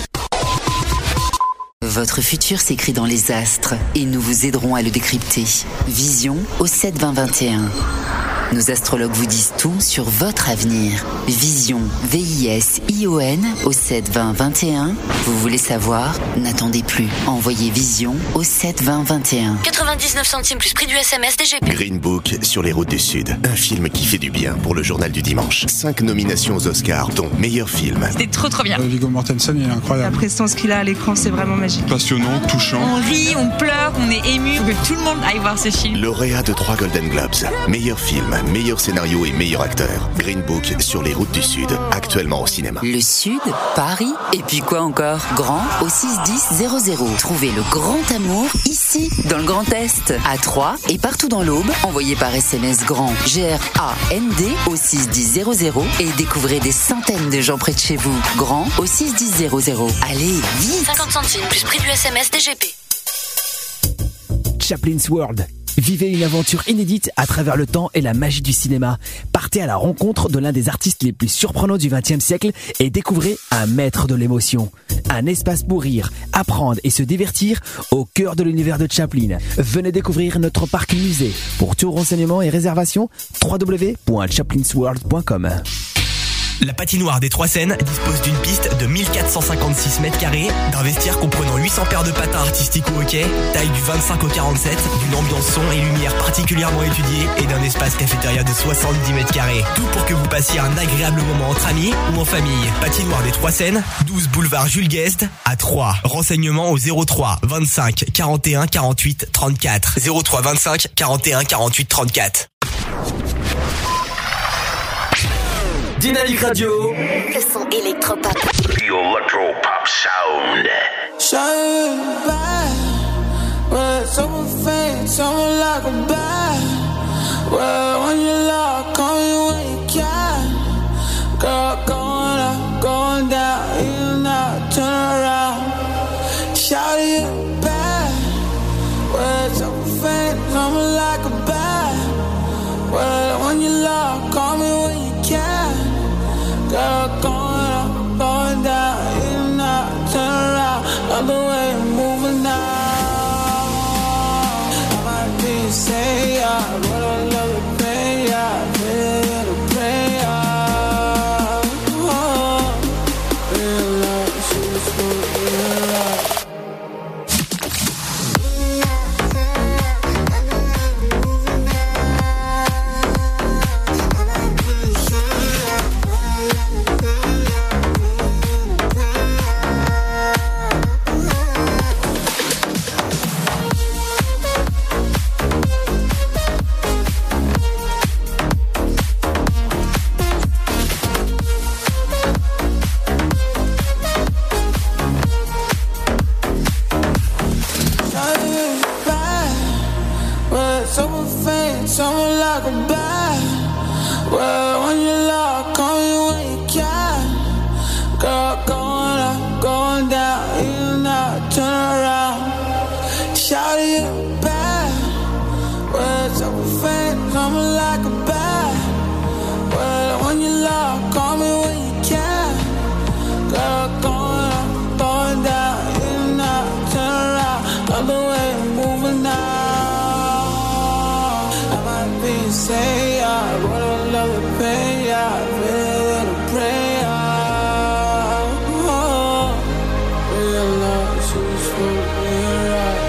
Votre futur s'écrit dans les astres et nous vous aiderons à le décrypter. Vision au 7-20-21. Nos astrologues vous disent tout sur votre avenir. Vision, V-I-S-I-O-N au 7-20-21. Vous voulez savoir? N'attendez plus. Envoyez Vision au 7-20-21. 99 centimes plus prix du SMS DGP. Green Book sur les routes du Sud. Un film qui fait du bien pour le journal du dimanche. 5 nominations aux Oscars, dont meilleur film. C'était trop bien. Viggo Mortensen, il est incroyable. La prestance qu'il a à l'écran, c'est vraiment magique. Passionnant, touchant. On rit, on pleure, on est ému. Faut que tout le monde aille voir ce film. Lauréat de 3 Golden Globes. Meilleur film, meilleur scénario et meilleur acteur. Green Book sur les routes du Sud, actuellement au cinéma. Le Sud, Paris, et puis quoi encore? Grand au 61000. Trouvez le grand amour ici, dans le Grand Est, à Troyes et partout dans l'Aube. Envoyez par SMS GRAND, G-R-A-N-D au 61000 et découvrez des centaines de gens près de chez vous. Grand au 61000. Allez, vite! 50 centimes plus prix du SMS DGP. Chaplin's World. Vivez une aventure inédite à travers le temps et la magie du cinéma. Partez à la rencontre de l'un des artistes les plus surprenants du XXe siècle et découvrez un maître de l'émotion. Un espace pour rire, apprendre et se divertir au cœur de l'univers de Chaplin. Venez découvrir notre parc musée. Pour tout renseignement et réservation, www.chaplinsworld.com. La patinoire des Trois Seines dispose d'une piste de 1456 mètres carrés, d'un vestiaire comprenant 800 paires de patins artistiques ou hockey, taille du 25 au 47, d'une ambiance son et lumière particulièrement étudiée et d'un espace cafétéria de 70 mètres carrés. Tout pour que vous passiez un agréable moment entre amis ou en famille. Patinoire des Trois Seines, 12 boulevard Jules Guest à Troyes. Renseignements au 03 25 41 48 34. 03 25 41 48 34. Dynamique Radio. Le son électropop. The electropop sound. Shine back, well, so faint, someone like a bat. Well, when you lock, call me when you can. Girl, going up, going down, in out, turn around. Shout you back, well, so faint, someone like a bat. Well, when you lock, call me when you can. Girl, going up, going down, in out, turn around. Love the way you're moving now. I might be insane, yeah, but I love the pain, yeah. Feel the pain, yeah. Oh, real life, she's so real life. Someone like a bat. Well, when you lock, call me when you can. Girl, going up, going down, in out, turn around. Shout you back. Well, someone faint, someone like a bat. Well, when you lock, call me when you can. Girl, going up, going down, in out, turn around. Love the way you're moving now. Say, yeah, but I love the pain, yeah, I feel the pain, yeah. Oh, real love, she's so real life.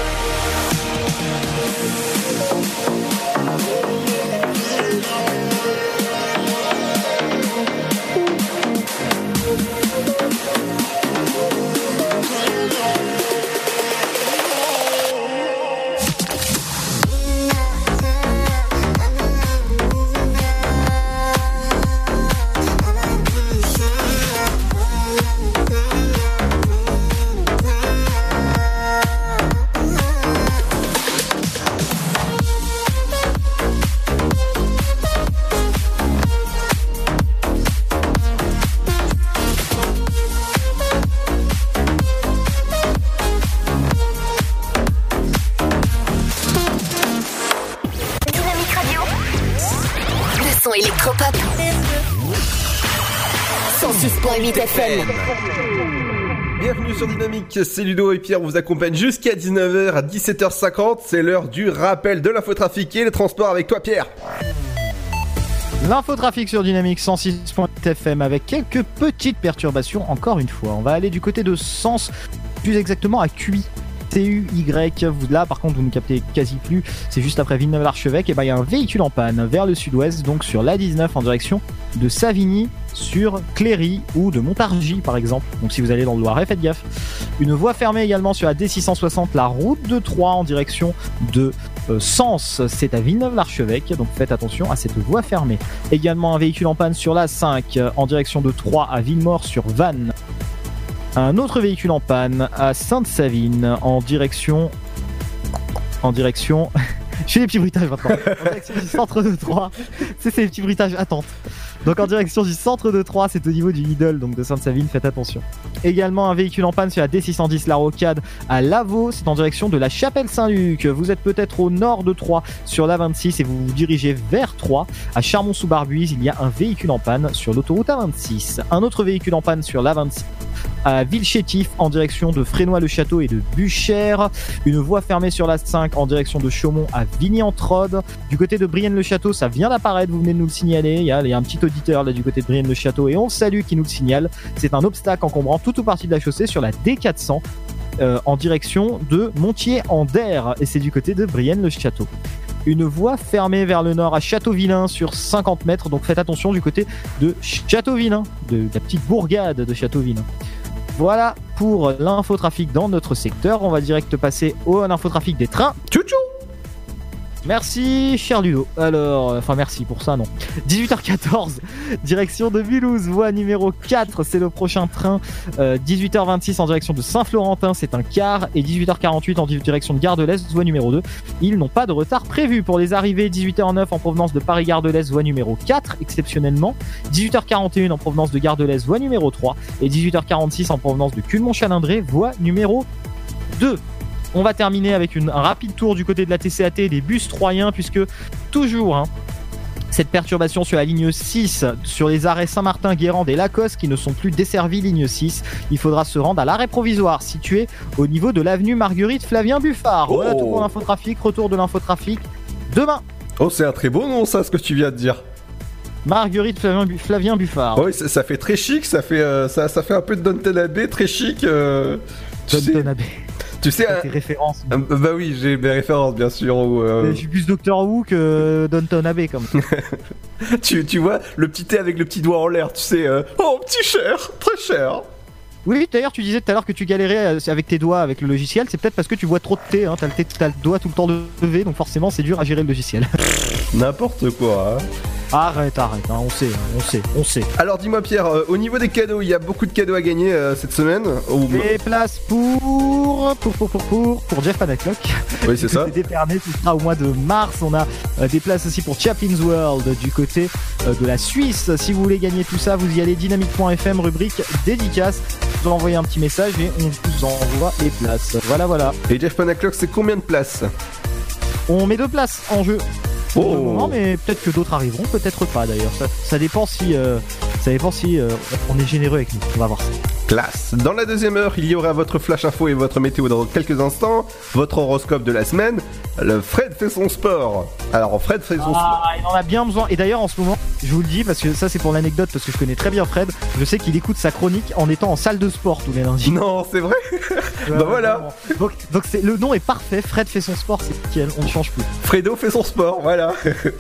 Électropop 106.8 FM. Bienvenue sur Dynamique, c'est Ludo et Pierre, on vous accompagne jusqu'à 19h à 17h50, c'est l'heure du rappel de l'infotrafic et le transport avec toi Pierre. L'infotrafic sur Dynamique 106.8 FM avec quelques petites perturbations encore une fois. On va aller du côté de Sens, plus exactement à Cuy. CUY, là par contre vous ne captez quasi plus, c'est juste après Villeneuve-l'Archevêque, et il y a un véhicule en panne vers le sud-ouest, donc sur l'A19 en direction de Savigny sur Cléry ou de Montargis par exemple, donc si vous allez dans le Loiret faites gaffe. Une voie fermée également sur la D660, la route de Troyes en direction de Sens, c'est à Villeneuve-l'Archevêque, donc faites attention à cette voie fermée. Également un véhicule en panne sur l'A5 en direction de Troyes à Villemort-sur-Vanne. Un autre véhicule en panne à Sainte-Savine en direction... Je fais des petits bruitages maintenant. En direction du centre de Troyes. C'est ces petits bruitages, attente. Donc en direction du centre de Troyes, c'est au niveau du Lidl, donc de Sainte-Savine, faites attention. Également un véhicule en panne sur la D610 La Rocade à Lavaux, c'est en direction de la Chapelle-Saint-Luc. Vous êtes peut-être au nord de Troyes sur l'A26 et vous vous dirigez vers Troyes. À Charmont-sous-Barbuise, il y a un véhicule en panne sur l'autoroute A26. Un autre véhicule en panne sur l'A26 à Villechétif en direction de Frénois-le-Château et de Buchères. Une voie fermée sur l'A5 en direction de Chaumont à Vigny-en-Trode. Du côté de Brienne-le-Château, ça vient d'apparaître, vous venez de nous le signaler. Il y a un petit auditeur là du côté de Brienne-le-Château et on le salue qui nous le signale. C'est un obstacle encombrant toute ou partie de la chaussée sur la D400 en direction de Montier-en-Der et c'est du côté de Brienne-le-Château. Une voie fermée vers le nord à Châteauvillain sur 50 mètres, donc faites attention du côté de Châteauvillain, de la petite bourgade de Châteauvillain. Voilà pour l'infotrafic dans notre secteur. On va direct passer à l'infotrafic des trains. Tchou-tchou. Merci, cher Ludo. Alors, merci pour ça, non. 18h14, direction de Mulhouse, voie numéro 4, c'est le prochain train. 18h26 en direction de Saint-Florentin, c'est un car. Et 18h48 en direction de Gare de l'Est, voie numéro 2. Ils n'ont pas de retard prévu pour les arrivées. 18h09 en provenance de Paris-Gare de l'Est, voie numéro 4, exceptionnellement. 18h41 en provenance de Gare de l'Est, voie numéro 3. Et 18h46 en provenance de Culmont-Chalindré, voie numéro 2. On va terminer avec un rapide tour du côté de la TCAT et des bus troyens, puisque toujours cette perturbation sur la ligne 6, sur les arrêts Saint-Martin, Guérande et Lacoste qui ne sont plus desservis ligne 6. Il faudra se rendre à l'arrêt provisoire situé au niveau de l'avenue Marguerite Flavien Buffard. Voilà tout pour l'infotrafic, retour de l'infotrafic demain. Oh, c'est un très beau nom ça, ce que tu viens de dire. Marguerite Flavien Buffard. Oui, ça fait très chic, ça fait un peu de Downton Abbey, très chic. Downton Abbey. Tu sais, tes références. Bah oui, j'ai mes références bien sûr. Je suis plus Doctor Who que Downton Abbey comme. tu vois le petit thé avec le petit doigt en l'air, tu sais. Oh, petit cher, très cher. Oui, d'ailleurs, tu disais tout à l'heure que tu galérais avec tes doigts avec le logiciel. C'est peut-être parce que tu bois trop de thé. Hein. T'as le doigt tout le temps levé, donc forcément, c'est dur à gérer le logiciel. N'importe quoi. Hein. Arrête, hein, on sait. Alors dis-moi Pierre, au niveau des cadeaux, il y a beaucoup de cadeaux à gagner cette semaine. Des places pour Jeff Panaclock. Oui, c'est ça. C'est déperné, ce sera au mois de mars. On a des places aussi pour Chaplin's World du côté de la Suisse. Si vous voulez gagner tout ça, vous y allez dynamique.fm, rubrique dédicace. Vous envoyez un petit message et on vous envoie les places. Voilà. Et Jeff Panaclock, c'est combien de places? On met 2 places en jeu. Pour le moment, mais peut-être que d'autres arriveront, peut-être pas d'ailleurs. Ça dépend si on est généreux avec nous. On va voir ça. Classe. Dans la deuxième heure, il y aura votre flash info et votre météo dans quelques instants. Votre horoscope de la semaine. Le Fred fait son sport. Alors Fred fait son sport. Il en a bien besoin. Et d'ailleurs en ce moment, je vous le dis parce que ça c'est pour l'anecdote, parce que je connais très bien Fred. Je sais qu'il écoute sa chronique en étant en salle de sport tous les lundis. Non, c'est vrai. Bah voilà. Donc le nom est parfait. Fred fait son sport, c'est nickel. On ne change plus. Fredo fait son sport, voilà.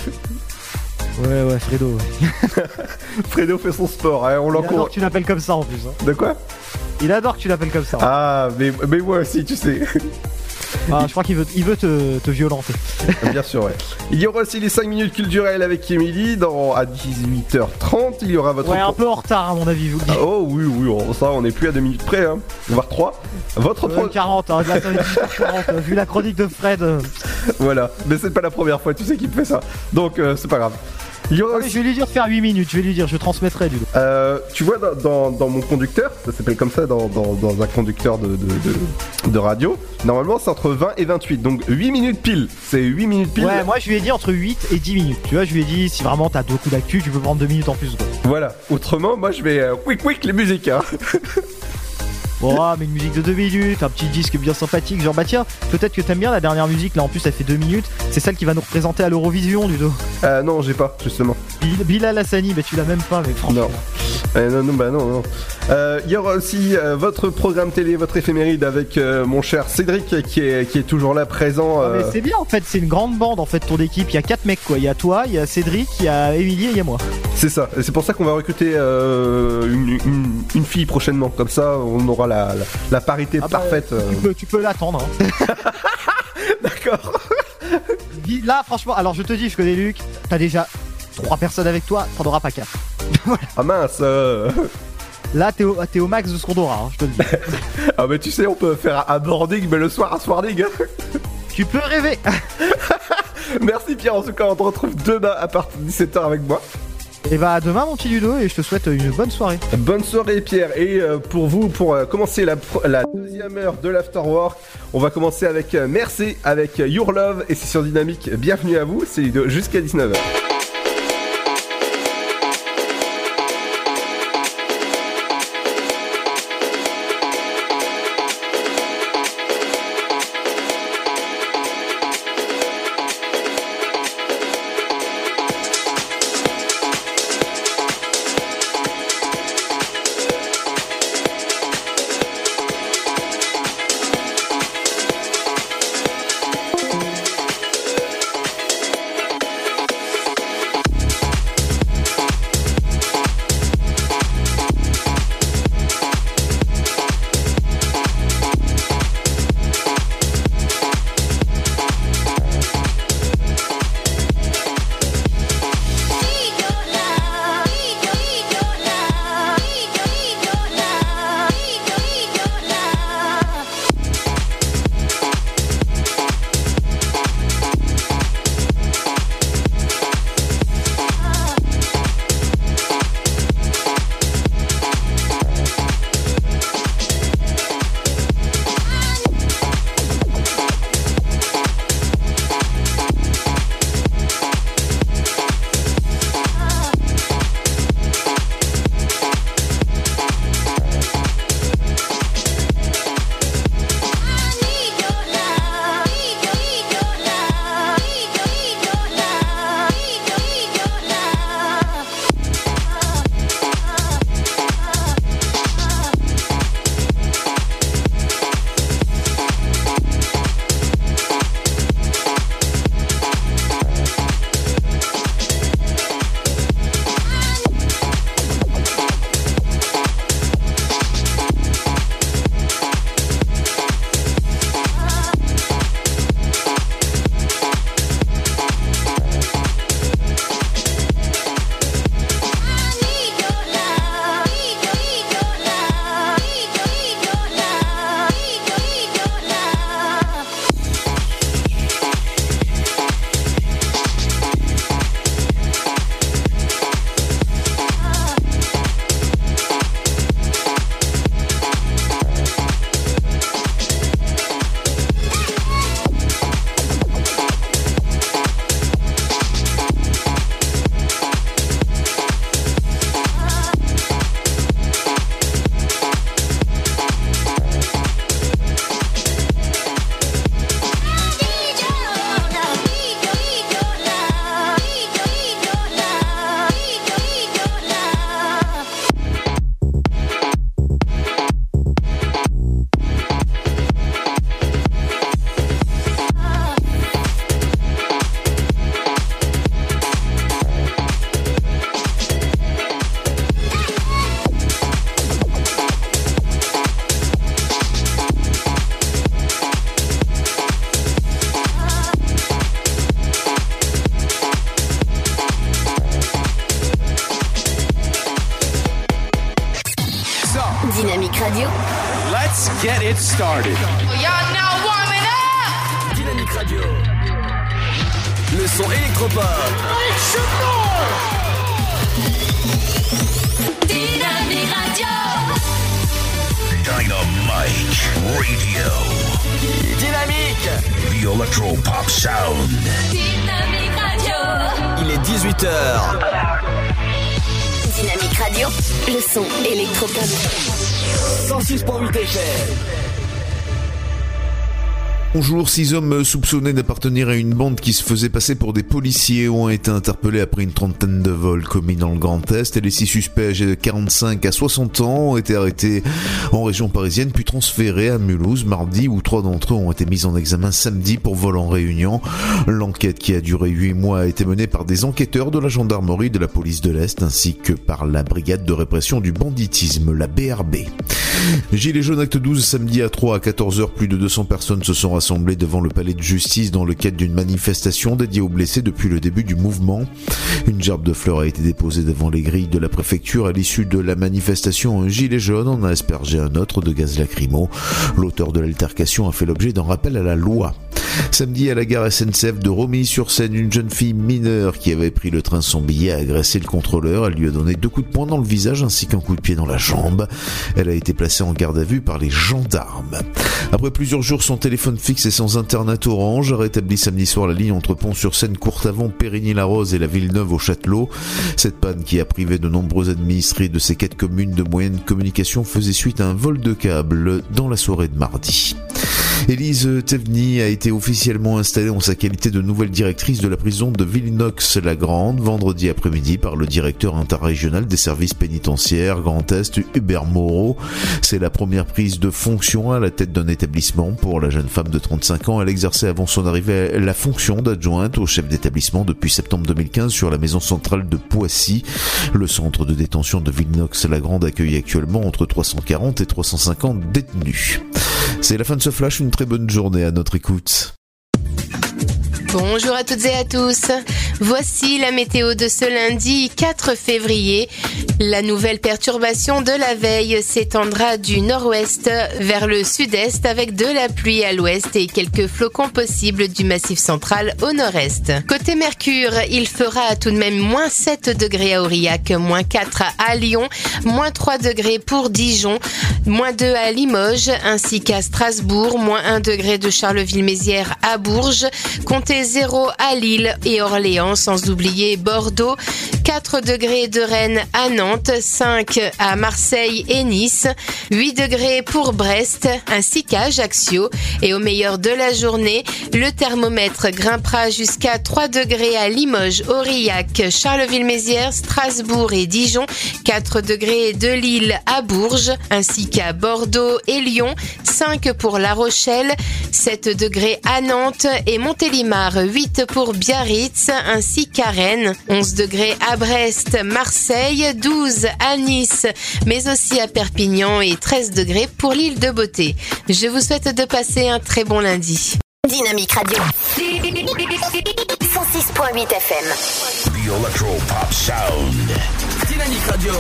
Ouais, Fredo. Ouais. Fredo fait son sport, hein, on l'encourage. Il adore que tu l'appelles comme ça en plus. Hein. De quoi? Il adore que tu l'appelles comme ça. Ah, mais moi aussi, tu sais. Je crois qu'il veut te violenter. Bien sûr, ouais. Il y aura aussi les 5 minutes culturelles avec Émilie à 18h30. Il y aura votre... Ouais, un peu en retard à mon avis, vous le dites. Oh oui, ça, on est plus à 2 minutes près, hein. Voire 3. Votre 40, hein, 40, vu la chronique de Fred. Voilà, mais c'est pas la première fois, tu sais, qu'il me fait ça. Donc, c'est pas grave. Il y aura aussi... Je vais lui dire de faire 8 minutes, je transmettrai du coup. Tu vois, dans mon conducteur, ça s'appelle comme ça dans un conducteur de radio, normalement c'est entre 20 et 28, donc 8 minutes pile, c'est 8 minutes pile. Ouais, moi je lui ai dit entre 8 et 10 minutes, tu vois, je lui ai dit si vraiment t'as beaucoup d'actu, tu peux prendre 2 minutes en plus. Quoi. Voilà, autrement, moi je vais quick les musiques, hein. Mais une musique de 2 minutes, un petit disque bien sympathique, genre bah tiens, peut-être que t'aimes bien la dernière musique, là en plus elle fait 2 minutes, c'est celle qui va nous représenter à l'Eurovision, Ludo. Non, j'ai pas, justement. Bilal Hassani, tu l'as même pas, mais franchement. Non. Il y aura aussi votre programme télé, votre éphéméride avec mon cher Cédric qui est toujours là présent. Mais c'est bien en fait, c'est une grande bande en fait, ton équipe, il y a 4 mecs quoi, il y a toi, il y a Cédric, il y a Émilie et il y a moi. C'est ça, et c'est pour ça qu'on va recruter une fille prochainement, comme ça on aura la parité parfaite. Tu peux l'attendre. Hein. D'accord. Là, franchement, alors je te dis, je connais Luc, t'as déjà 3 personnes avec toi, t'en auras pas 4. Voilà. Ah mince Là, t'es au max de ce qu'on aura, hein, je te le dis. Ah mais tu sais, on peut faire un boarding, mais le soir, un soirding. Tu peux rêver. Merci Pierre, en tout cas, on te retrouve demain à partir de 17h avec moi. Et bah à demain mon petit Ludo, et je te souhaite une bonne soirée. Bonne soirée Pierre, et pour vous, pour commencer la deuxième heure de l'Afterwork, on va commencer avec Merci, avec Your Love, et c'est sur Dynamique, bienvenue à vous, c'est jusqu'à 19h. Dynamique Radio. Let's get it started. Y'all now warming up. Dynamique Radio. Le son électropop. Dynamique Radio. Dynamite Radio. Dynamique. The Electropop Sound. Dynamique Radio. Il est 18h. Dynamique Radio, le son électropop. 106.8 FM. Bonjour, 6 hommes soupçonnés d'appartenir à une bande qui se faisait passer pour des policiers ont été interpellés après une trentaine de vols commis dans le Grand Est, et les 6 suspects âgés de 45 à 60 ans ont été arrêtés en région parisienne puis transférés à Mulhouse mardi, où 3 d'entre eux ont été mis en examen samedi pour vol en réunion. L'enquête, qui a duré 8 mois, a été menée par des enquêteurs de la gendarmerie, de la police de l'Est ainsi que par la brigade de répression du banditisme, la BRB. Gilets jaunes acte 12, samedi à 3 à 14h, plus de 200 personnes se sont rassemblés devant le palais de justice dans le cadre d'une manifestation dédiée aux blessés depuis le début du mouvement. Une gerbe de fleurs a été déposée devant les grilles de la préfecture. À l'issue de la manifestation, un gilet jaune en a aspergé un autre de gaz lacrymo. L'auteur de l'altercation a fait l'objet d'un rappel à la loi. Samedi, à la gare SNCF de Romilly-sur-Seine, une jeune fille mineure qui avait pris le train sans billet a agressé le contrôleur. Elle lui a donné 2 coups de poing dans le visage ainsi qu'un coup de pied dans la jambe. Elle a été placée en garde à vue par les gendarmes. Après plusieurs jours sans téléphone fixe et sans internet Orange, a rétabli samedi soir la ligne entre Pont-sur-Seine, Courtavon, Périgny-la-Rose et la Villeneuve au Châtelot. Cette panne qui a privé de nombreux administrés de ces 4 communes de moyenne communication faisait suite à un vol de câble dans la soirée de mardi. Élise Théveny a été officiellement installée en sa qualité de nouvelle directrice de la prison de Villenox-la-Grande vendredi après-midi par le directeur interrégional des services pénitentiaires Grand Est, Hubert Moreau. C'est la première prise de fonction à la tête d'un établissement pour la jeune femme de 35 ans. Elle exerçait avant son arrivée la fonction d'adjointe au chef d'établissement depuis septembre 2015 sur la maison centrale de Poissy. Le centre de détention de Villenox-la-Grande accueille actuellement entre 340 et 350 détenus. C'est la fin de ce flash, une très bonne journée à notre écoute. Bonjour à toutes et à tous. Voici la météo de ce lundi 4 février. La nouvelle perturbation de la veille s'étendra du nord-ouest vers le sud-est avec de la pluie à l'ouest et quelques flocons possibles du massif central au nord-est. Côté Mercure, il fera tout de même moins 7 degrés à Aurillac, moins 4 à Lyon, moins 3 degrés pour Dijon, moins 2 à Limoges ainsi qu'à Strasbourg, moins 1 degré de Charleville-Mézières à Bourges, comptez 0 à Lille et Orléans, sans oublier Bordeaux, 4 degrés de Rennes à Nantes, 5 à Marseille et Nice, 8 degrés pour Brest, ainsi qu'à Ajaccio. Et au meilleur de la journée, le thermomètre grimpera jusqu'à 3 degrés à Limoges, Aurillac, Charleville-Mézières, Strasbourg et Dijon, 4 degrés de Lille à Bourges, ainsi qu'à Bordeaux et Lyon, 5 pour La Rochelle, 7 degrés à Nantes et Montélimar, 8 pour Biarritz ainsi qu'à Rennes, 11 degrés à Brest, Marseille, 12 à Nice, mais aussi à Perpignan et 13 degrés pour l'île de Beauté. Je vous souhaite de passer un très bon lundi. Dynamique Radio 106.8 FM. The Electro Pop Sound. Dynamique Radio.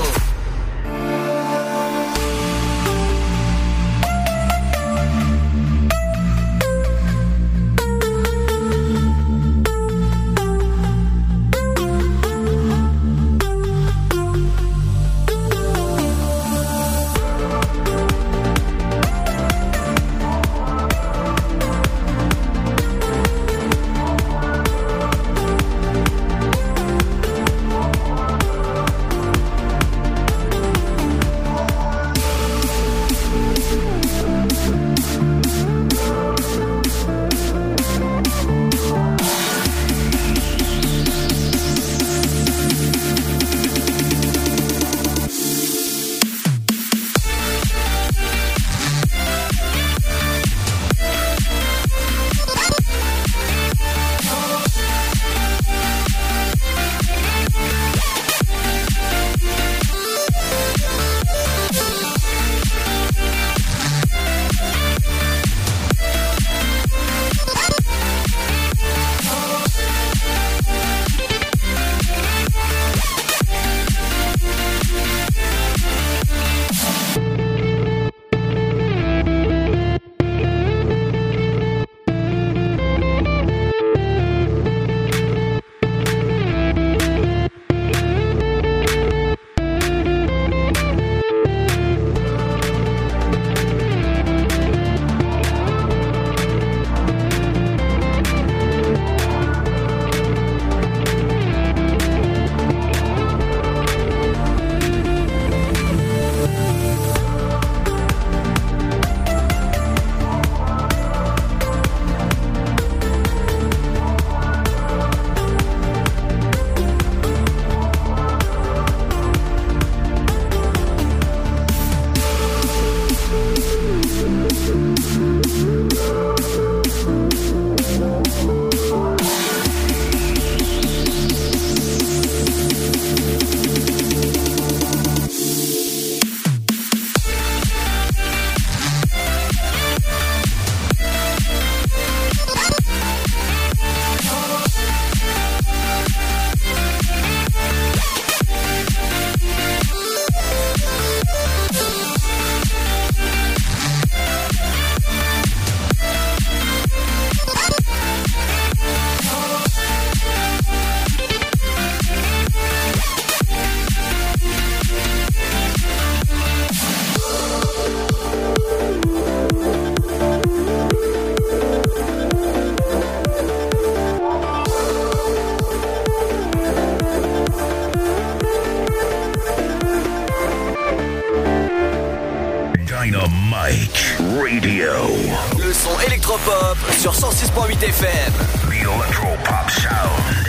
électropop sur 106.8 FM. The Electro Pop Sound.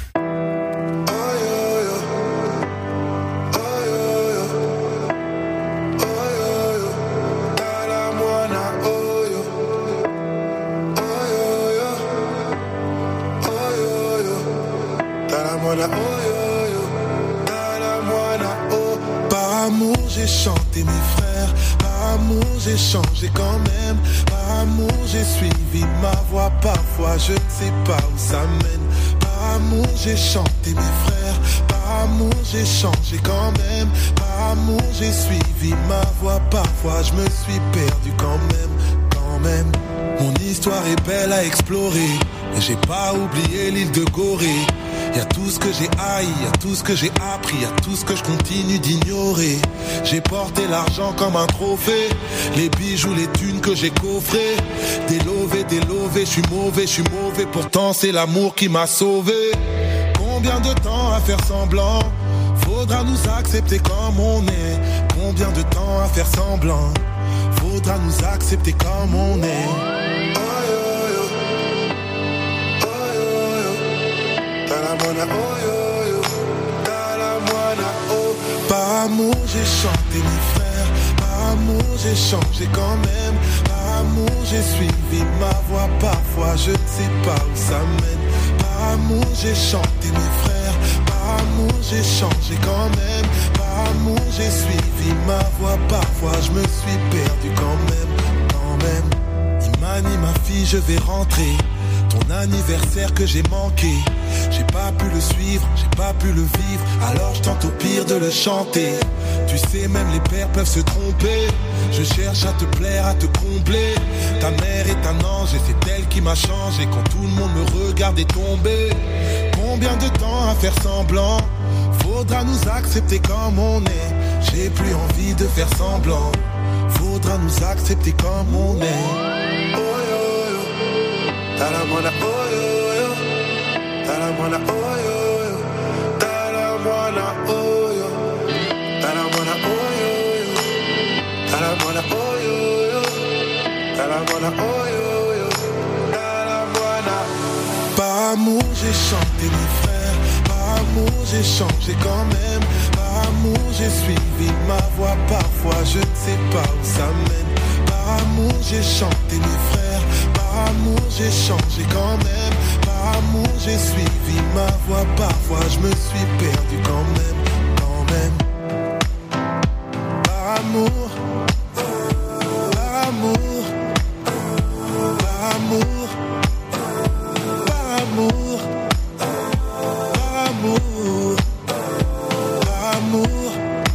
Par amour j'ai chanté mes frères, par amour j'ai changé quand même, par amour j'ai suivi ma voie, parfois je ne sais pas où ça mène. Par amour j'ai chanté mes frères, par amour j'ai changé quand même, par amour j'ai suivi ma voie, parfois je me suis perdu quand même. Mon histoire est belle à explorer, mais j'ai pas oublié l'île de Gorée. Y'a tout ce que j'ai haï, y'a tout ce que j'ai appris, y'a tout ce que je continue d'ignorer. J'ai porté l'argent comme un trophée, les bijoux, les thunes que j'ai coffrés. Délové, je suis mauvais, pourtant c'est l'amour qui m'a sauvé. Combien de temps à faire semblant? Faudra nous accepter comme on est. Combien de temps à faire semblant? Faudra nous accepter comme on est. Par amour j'ai chanté mes frères, par amour j'ai changé quand même, par amour j'ai suivi ma voie, parfois je ne sais pas où ça mène. Par amour j'ai chanté mes frères, par amour j'ai changé quand même, par amour j'ai suivi ma voie, parfois je me suis perdu quand même. Imani ma fille je vais rentrer, ton anniversaire que j'ai manqué. J'ai pas pu le suivre, j'ai pas pu le vivre, alors je tente au pire de le chanter. Tu sais même les pères peuvent se tromper, je cherche à te plaire, à te combler. Ta mère est un ange et c'est elle qui m'a changé quand tout le monde me regardait tomber. Combien de temps à faire semblant? Faudra nous accepter comme on est. J'ai plus envie de faire semblant, faudra nous accepter comme on est. Oh yo yo, t'as la moine, oh yo yo. Talamwana oyo yo, talamwana oyo, talamwana oyo yo, talamwana oyo yo, talamwana oyo yo, talamwana. Par amour j'ai chanté mes frères, par amour j'ai changé quand même, par amour j'ai suivi ma voie, parfois je ne sais pas où ça mène. Par amour j'ai chanté mes frères, par amour j'ai changé quand même. Par amour j'ai suivi ma voie, parfois je me suis perdu quand même. Par amour, par amour, par amour, par amour, par amour, par amour,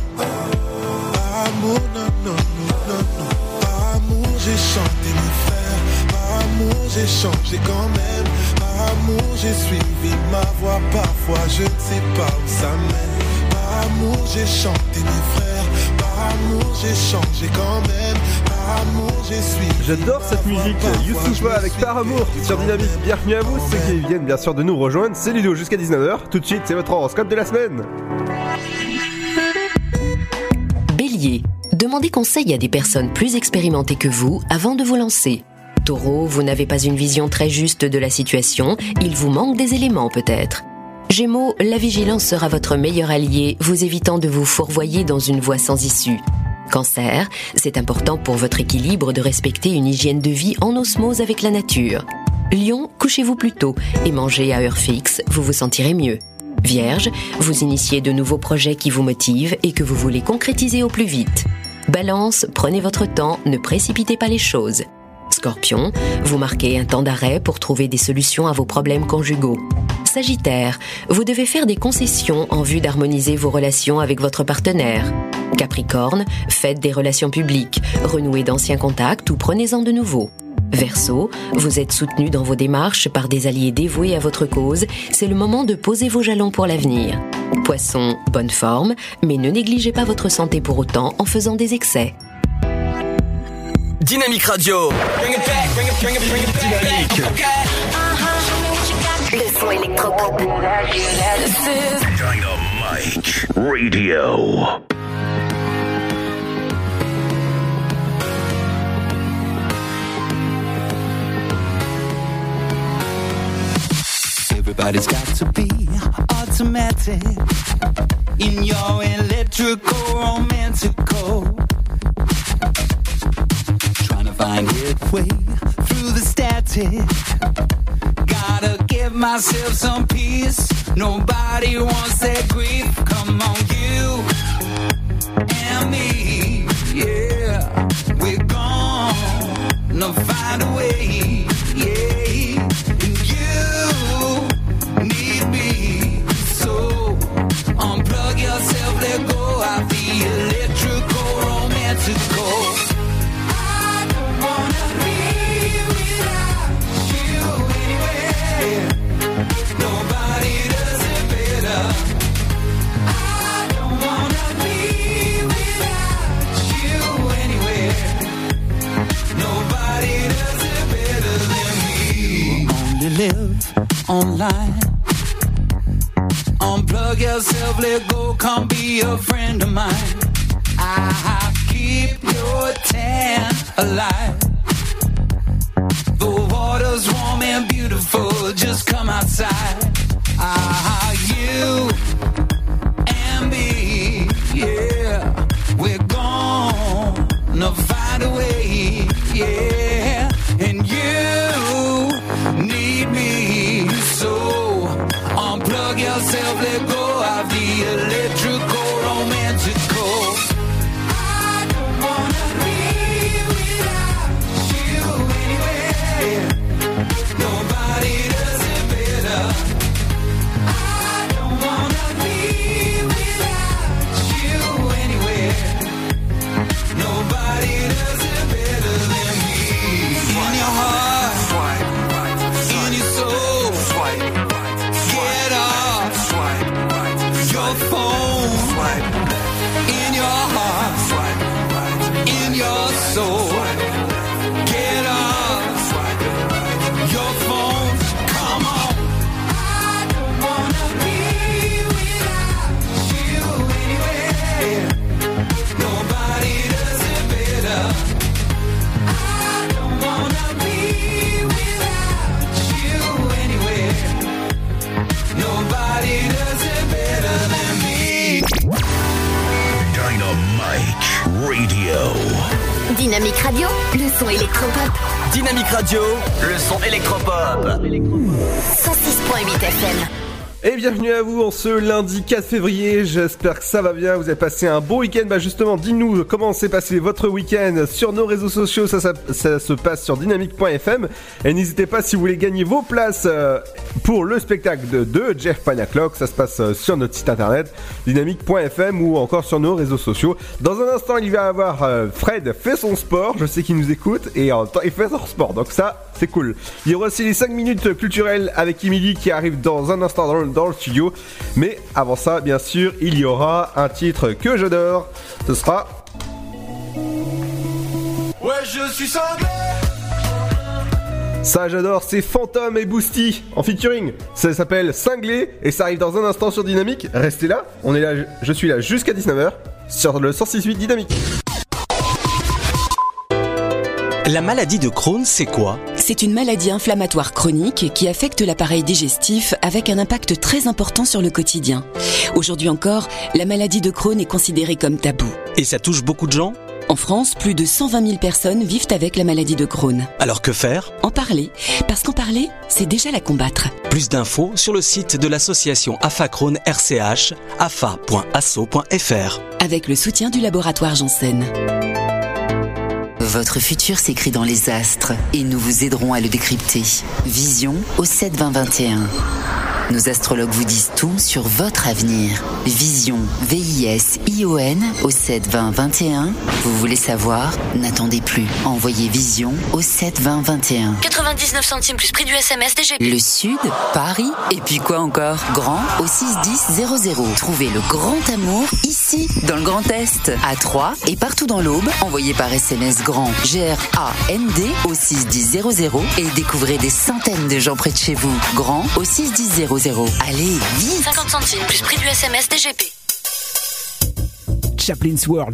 par amour, non. Par amour j'ai chanté mes frères, par amour j'ai changé quand même. Par amour j'ai suivi ma voie, parfois je ne sais pas où ça mène. Par amour j'ai chanté mes frères, par amour j'ai changé quand même. Par amour j'ai suivi. J'adore cette musique, Youssoupha avec Par amour sur Dynamique. Bienvenue à vous, ceux qui viennent bien sûr de nous rejoindre. C'est Ludo jusqu'à 19h. Tout de suite, c'est votre horoscope de la semaine. Bélier, demandez conseil à des personnes plus expérimentées que vous avant de vous lancer. Taureau, vous n'avez pas une vision très juste de la situation, il vous manque des éléments peut-être. Gémeaux, la vigilance sera votre meilleur allié, vous évitant de vous fourvoyer dans une voie sans issue. Cancer, c'est important pour votre équilibre de respecter une hygiène de vie en osmose avec la nature. Lion, couchez-vous plus tôt et mangez à heure fixe, vous vous sentirez mieux. Vierge, vous initiez de nouveaux projets qui vous motivent et que vous voulez concrétiser au plus vite. Balance, prenez votre temps, ne précipitez pas les choses. Scorpion, vous marquez un temps d'arrêt pour trouver des solutions à vos problèmes conjugaux. Sagittaire, vous devez faire des concessions en vue d'harmoniser vos relations avec votre partenaire. Capricorne, faites des relations publiques, renouez d'anciens contacts ou prenez-en de nouveaux. Verseau, vous êtes soutenu dans vos démarches par des alliés dévoués à votre cause, c'est le moment de poser vos jalons pour l'avenir. Poisson, bonne forme, mais ne négligez pas votre santé pour autant en faisant des excès. Dynamique Radio. Dynamique. Le son électropop. Dynamique Radio. but it's got to be automatic. In your electrical romantical, trying to find its way through the static. Gotta give myself some peace. Nobody wants that grief. Come on, you and me, yeah, we're gonna find a way, yeah. And you need me, so unplug yourself, let go of the electrical romantical. I don't wanna be without you anywhere. Nobody does it better. I don't wanna be without you anywhere. Nobody does it better than me. You only live online. Unplug yourself, let go, come be a friend of mine. I'll keep your tan alive. The water's warm and beautiful, just come outside. You and me, yeah, we're gonna find a way, yeah. And you need me, so unplug yourself, let go of the electrical romantical. I don't wanna be without you anywhere. Nobody does it better. I don't wanna be without you anywhere. Nobody does it better than me. In your heart, in your soul, get off your phone. In your heart, in your soul, get off your phone. Come on. I don't wanna be without you anywhere. Nobody does it better. I don't wanna be without you anywhere. Nobody does it better than me. Dynamite Radio. Dynamique Radio, le son électropop. Dynamique Radio, le son électropop. 106.8 FM. Et bienvenue à vous en ce lundi 4 février, j'espère que ça va bien, vous avez passé un bon week-end. Bah justement, dites-nous comment s'est passé votre week-end sur nos réseaux sociaux, ça se passe sur dynamique.fm. Et n'hésitez pas, si vous voulez gagner vos places pour le spectacle de Jeff Panaclock, ça se passe sur notre site internet dynamique.fm ou encore sur nos réseaux sociaux. Dans un instant, il va y avoir Fred fait son sport, je sais qu'il nous écoute, et en même temps il fait son sport, donc ça c'est cool. Il y aura aussi les 5 minutes culturelles avec Emily qui arrive dans un instant dans le studio. Mais avant ça, bien sûr, il y aura un titre que j'adore. Ce sera... Ouais, je suis cinglé. Ça j'adore, c'est Phantom et Boosty en featuring. Ça s'appelle Cinglé et ça arrive dans un instant sur Dynamique. Restez là, on est là, je suis là jusqu'à 19h sur le 106.8 Dynamique. La maladie de Crohn, c'est quoi ? C'est une maladie inflammatoire chronique qui affecte l'appareil digestif avec un impact très important sur le quotidien. Aujourd'hui encore, la maladie de Crohn est considérée comme tabou. Et ça touche beaucoup de gens ? En France, plus de 120 000 personnes vivent avec la maladie de Crohn. Alors que faire ? En parler, parce qu'en parler, c'est déjà la combattre. Plus d'infos sur le site de l'association AFA Crohn RCH, afa.asso.fr. Avec le soutien du laboratoire Janssen. Votre futur s'écrit dans les astres et nous vous aiderons à le décrypter. Vision au 7-20-21. Nos astrologues vous disent tout sur votre avenir. Vision, V-I-S-I-O-N au 7-20-21. Vous voulez savoir ? N'attendez plus. Envoyez Vision au 7-20-21. 99 centimes plus prix du SMS DGP. Le Sud, Paris, et puis quoi encore ? Grand au 61000. Trouvez le grand amour ici, dans le Grand Est, à Troyes et partout dans l'Aube. Envoyez par SMS grand G-R-A-N-D au 61000 et découvrez des centaines de gens près de chez vous. Grand au 61000. Allez, vite ! 50 centimes plus prix du SMS DGP. Chaplin's World,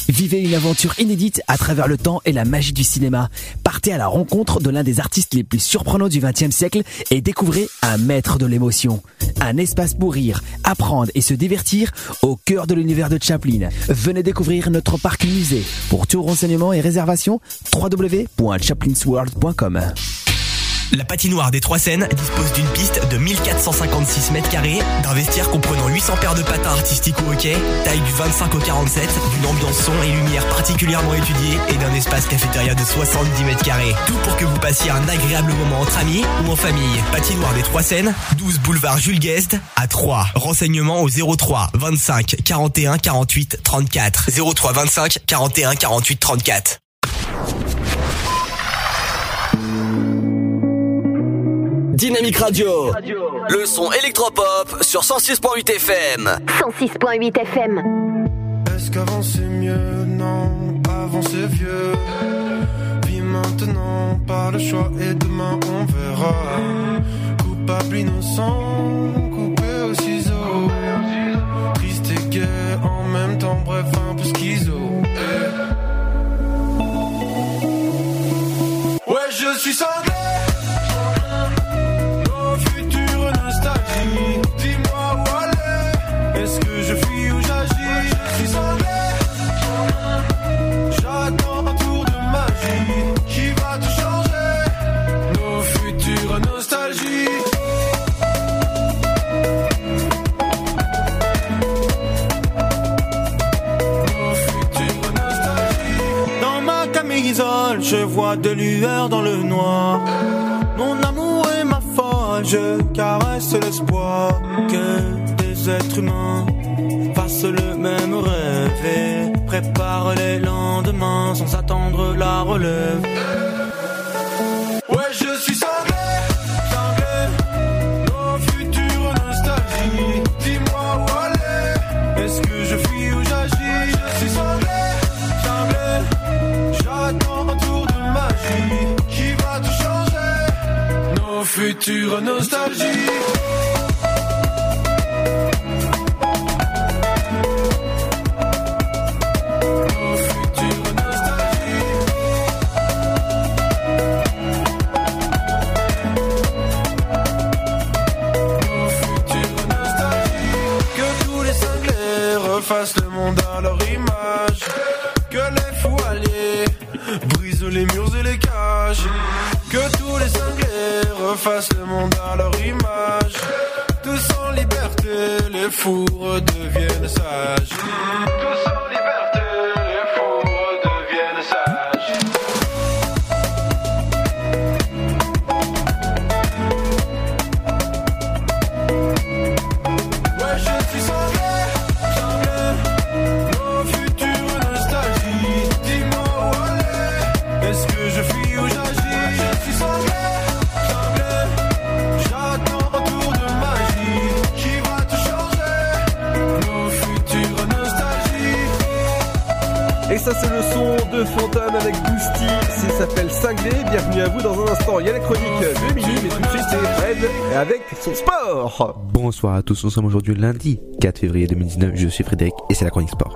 Vivez une aventure inédite à travers le temps et la magie du cinéma. Partez à la rencontre de l'un des artistes les plus surprenants du XXe siècle et découvrez un maître de l'émotion. Un espace pour rire, apprendre et se divertir au cœur de l'univers de Chaplin. Venez découvrir notre parc musée. Pour tout renseignement et réservation, www.chaplinsworld.com. La patinoire des Trois Seines dispose d'une piste de 1456 mètres carrés, d'un vestiaire comprenant 800 paires de patins artistiques ou hockey, taille du 25 au 47, d'une ambiance son et lumière particulièrement étudiée et d'un espace cafétéria de 70 mètres carrés. Tout pour que vous passiez un agréable moment entre amis ou en famille. Patinoire des Trois Seines, 12 boulevard Jules Guest à Troyes. Renseignements au 03 25 41 48 34. 03 25 41 48 34. Dynamique Radio, le son électropop sur 106.8 FM. 106.8 FM. Est-ce qu'avant c'est mieux? Non, avant c'est vieux. Vis maintenant, pas le choix et demain on verra. Coupable, innocent, coupé au ciseau. Triste et gai en même temps, bref un peu schizo. Ouais, je suis sanglé. Dis-moi où aller. Est-ce que je fuis ou j'agis? Je suis sanglé. J'attends un tour de magie qui va tout changer. Nos futures nostalgies. Nos futures nostalgies. Dans ma camisole, je vois de lueurs dans le noir. Mon amour est ma folle, je caresse l'espoir que des êtres humains fassent le même rêve et préparent les lendemains sans attendre la relève. Ouais, je suis sanglé, sanglé, nos futures nostalgies. Dis-moi où aller, est-ce que je fuis ou j'agis? Je suis sanglé, sanglé, j'attends un tour de magie qui va tout changer. Nos futures nostalgies. Nos futures nostalgies. Nos futures nostalgies. Que tous les cinglés refassent le monde à leur image. Que les fous alliés brisent les murs et les cages. Que tous les cinglés refassent le monde à leur image. Tous en liberté, les fous redeviennent sages. Tous en liberté, les fous redeviennent sages. Ouais, je suis sanglé, sanglé, nos futures nostalgies. Dis-moi où aller, est-ce que je fuis ou j'agis? Je suis sanglé, sanglé, j'attends un tour de magie qui va tout changer. Nos futures nostalgies. Et ça c'est le son de Phantom avec Boosty, ça s'appelle Cinglé. Bienvenue à vous dans un instant, il y a la chronique de Mini, mais tout de suite c'est Fred avec son sport. Bonsoir à tous, nous sommes aujourd'hui lundi 4 février 2019, je suis Frédéric et c'est la chronique sport.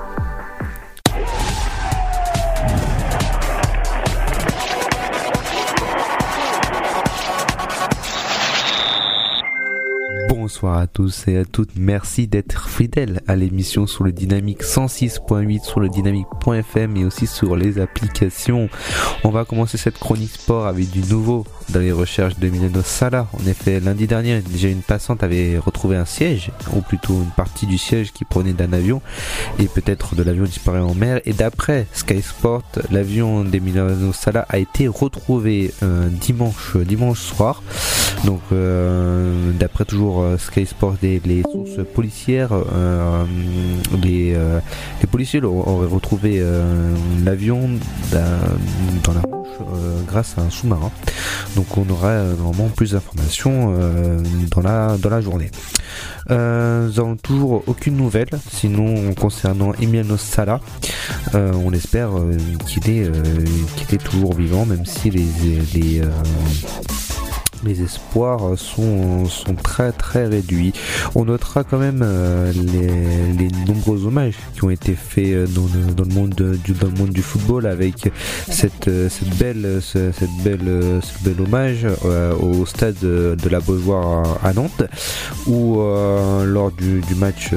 Bonsoir à tous et à toutes, merci d'être fidèles à l'émission sur le Dynamique 106.8, sur le dynamique.fm et aussi sur les applications. On va commencer cette chronique sport avec du nouveau dans les recherches de Milano Sala. En effet, lundi dernier, déjà une passante avait retrouvé un siège, ou plutôt une partie du siège qui provenait d'un avion, et peut-être de l'avion disparu en mer. Et d'après Sky Sport, l'avion d'Emiliano Sala a été retrouvé dimanche soir. Donc, d'après toujours Sky Sport et les sources policières, les policiers auraient retrouvé l'avion dans la Manche grâce à un sous-marin. Donc on aura normalement plus d'informations dans la journée. Nous n'avons toujours aucune nouvelle, sinon concernant Emiliano Sala. On espère qu'il est toujours vivant, même si les espoirs sont très très réduits. On notera quand même les nombreux hommages qui ont été faits dans le monde du football, avec cette belle hommage au stade de la Beaujoire à Nantes, où lors du match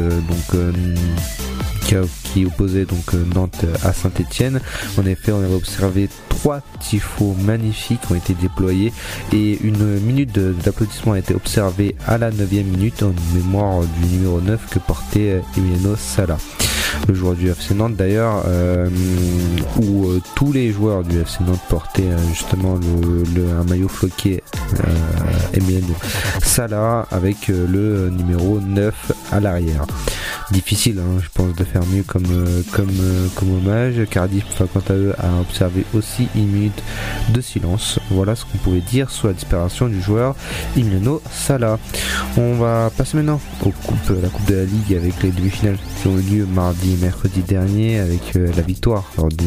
qui opposait donc Nantes à Saint-Etienne. En effet, on avait observé 3 tifos magnifiques qui ont été déployés et une minute d'applaudissement a été observée à la 9e minute en mémoire du numéro 9 que portait Emiliano Sala, le joueur du FC Nantes d'ailleurs, où tous les joueurs du FC Nantes portaient justement un maillot floqué Emiliano Sala avec le numéro 9 à l'arrière. Difficile, je pense, de faire mieux comme hommage. Cardiff, quant à eux, a observé aussi une minute de silence. Voilà ce qu'on pouvait dire sur la disparition du joueur Emiliano Sala. On va passer maintenant la Coupe de la Ligue, avec les demi-finales qui ont eu lieu mardi et mercredi dernier, avec la victoire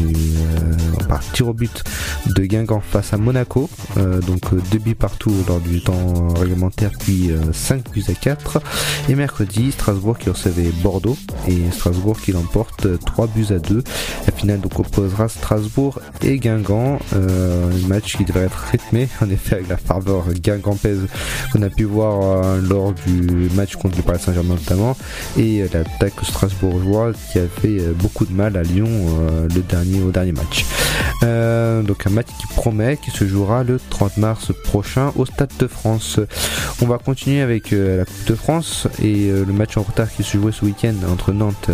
par tir au but de Guingamp face à Monaco, donc 2 buts partout lors du temps réglementaire, puis 5 buts à 4. Et mercredi, Strasbourg qui recevait Bordeaux et Strasbourg qui l'emporte 3 buts à 2. La finale donc opposera Strasbourg et Guingamp, un match qui devrait être rythmé en effet, avec la ferveur guingampaise qu'on a pu voir lors du match contre le Paris Saint-Germain notamment, et l'attaque strasbourgeoise qui a fait beaucoup de mal à Lyon au dernier match. Donc un match qui promet, qui se jouera le 30 mars prochain au Stade de France. On va continuer avec la Coupe de France et le match en retard qui se jouait ce week-end entre Nantes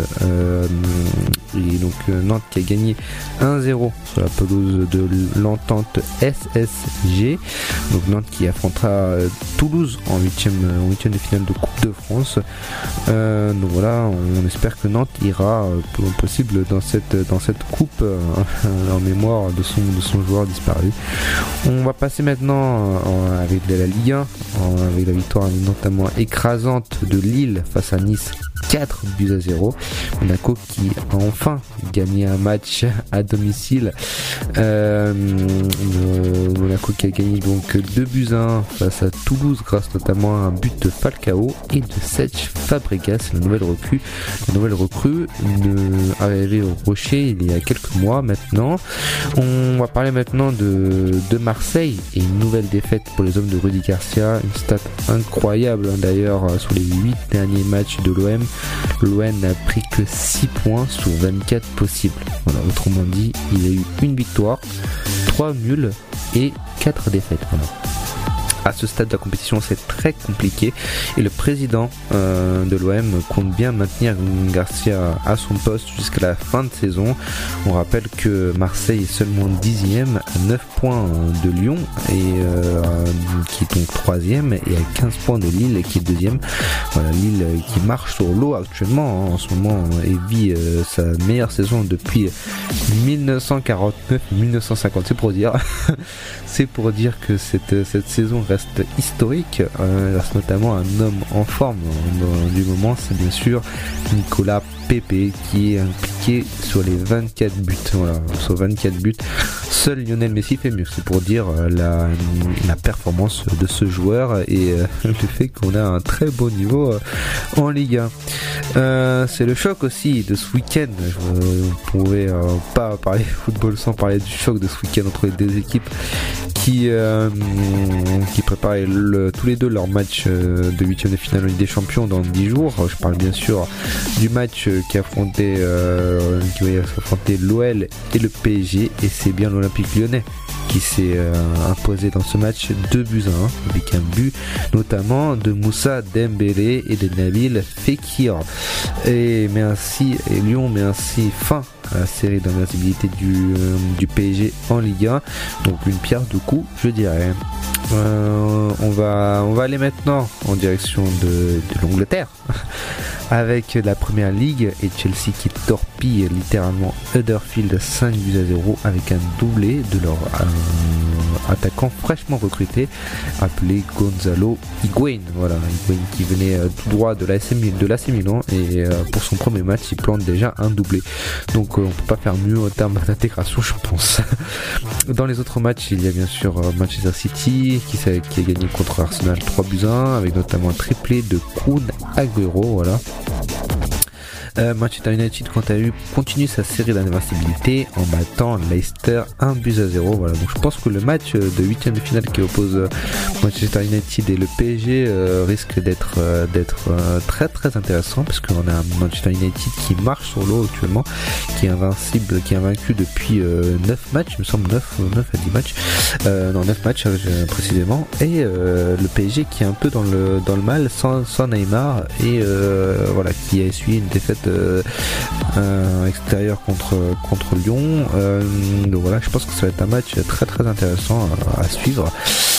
et donc Nantes qui a gagné 1-0 sur la pelouse de l'Entente SSG. Donc Nantes qui affrontera Toulouse en 8e de finale de Coupe de France. Donc voilà, on espère que Nantes ira pour le possible dans cette coupe en mémoire de son joueur disparu. On va passer maintenant avec la Ligue 1, avec la victoire notamment écrasante de Lille face à Nice, 4 buts à 0. Monaco qui a enfin gagné un match à domicile. Monaco qui a gagné donc 2 buts à 1 face à Toulouse grâce notamment à un but de Falcao et de Cesc Fabregas, la nouvelle recrue arrivée au Rocher il y a quelques mois maintenant. On va parler maintenant de Marseille et une nouvelle défaite pour les hommes de Rudy Garcia, une stat incroyable d'ailleurs sur les 8 derniers matchs de l'OM. L'OM n'a pris que 6 points sur 24 possibles. Voilà, autrement dit, il y a eu une victoire, 3 nuls et 4 défaites. Voilà. À ce stade de la compétition, c'est très compliqué et le président de l'OM compte bien maintenir Garcia à son poste jusqu'à la fin de saison. On rappelle que Marseille est seulement 10e à 9 points de Lyon et qui est donc 3e, et à 15 points de Lille qui est 2e. Voilà, Lille qui marche sur l'eau actuellement en ce moment et vit sa meilleure saison depuis 1949-1950. C'est pour dire que cette saison reste historique. Reste notamment un homme en forme du moment, c'est bien sûr Nicolas Pepe qui est impliqué sur les 24 buts. Voilà, sur 24 buts, seul Lionel Messi fait mieux. C'est pour dire la performance de ce joueur et le fait qu'on a un très beau niveau en Ligue 1. C'est le choc aussi de ce week-end. Je ne pouvais pas parler football sans parler du choc de ce week-end entre les deux équipes qui préparaient tous les deux leur match de 8e de finale en Ligue des Champions dans 10 jours. Je parle bien sûr du match qui va affronter l'OL et le PSG, et c'est bien l'Olympique Lyonnais qui s'est imposé dans ce match 2 buts à 1 avec un but notamment de Moussa Dembélé et de Nabil Fekir, et Lyon met ainsi fin à la série d'invincibilité du PSG en Ligue 1, donc une pierre deux coups, je dirais. On va aller maintenant en direction de l'Angleterre avec la Première Ligue et Chelsea qui torpille littéralement Huddersfield 5 buts à 0 avec un doublé de leur attaquant fraîchement recruté appelé Gonzalo Higuaín. Voilà, Higuaín qui venait tout droit de l'AC Milan et pour son premier match il plante déjà un doublé. Donc on peut pas faire mieux en termes d'intégration, je pense. Dans les autres matchs, il y a bien sûr Manchester City qui a gagné contre Arsenal 3-1 avec notamment un triplé de Kun Agüero. Voilà. Manchester United quant à lui continue sa série d'invincibilité en battant Leicester 1-0. Voilà, donc je pense que le match de 8ème de finale qui oppose Manchester United et le PSG risque d'être très très intéressant, parce qu'on a un Manchester United qui marche sur l'eau actuellement, qui est invincible, qui est invaincu depuis 9 matchs, il me semble 9 à 10 matchs, 9 matchs précisément, et le PSG qui est un peu dans le mal sans Neymar, et voilà, qui a essuyé une défaite extérieur contre Lyon. Donc voilà, je pense que ça va être un match très très intéressant à suivre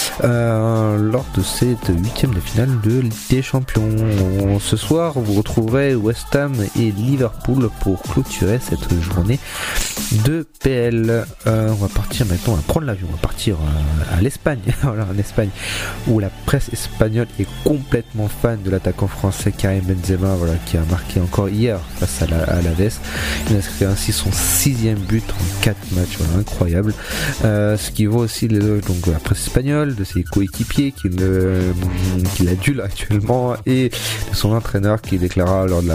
lors de cette 8ème de finale de Ligue des Champions. Ce soir, vous retrouverez West Ham et Liverpool pour clôturer cette journée de PL. On va partir maintenant, on va prendre l'avion, on va partir à l'Espagne. Voilà, en Espagne, où la presse espagnole est complètement fan de l'attaquant français Karim Benzema, voilà, qui a marqué encore hier face à l'Aves. Il a inscrit ainsi son 6e but en 4 matchs, voilà, incroyable. Ce qui vaut aussi donc la presse espagnole, de ses coéquipiers qu'il adule actuellement, et de son entraîneur qui a déclaré lors de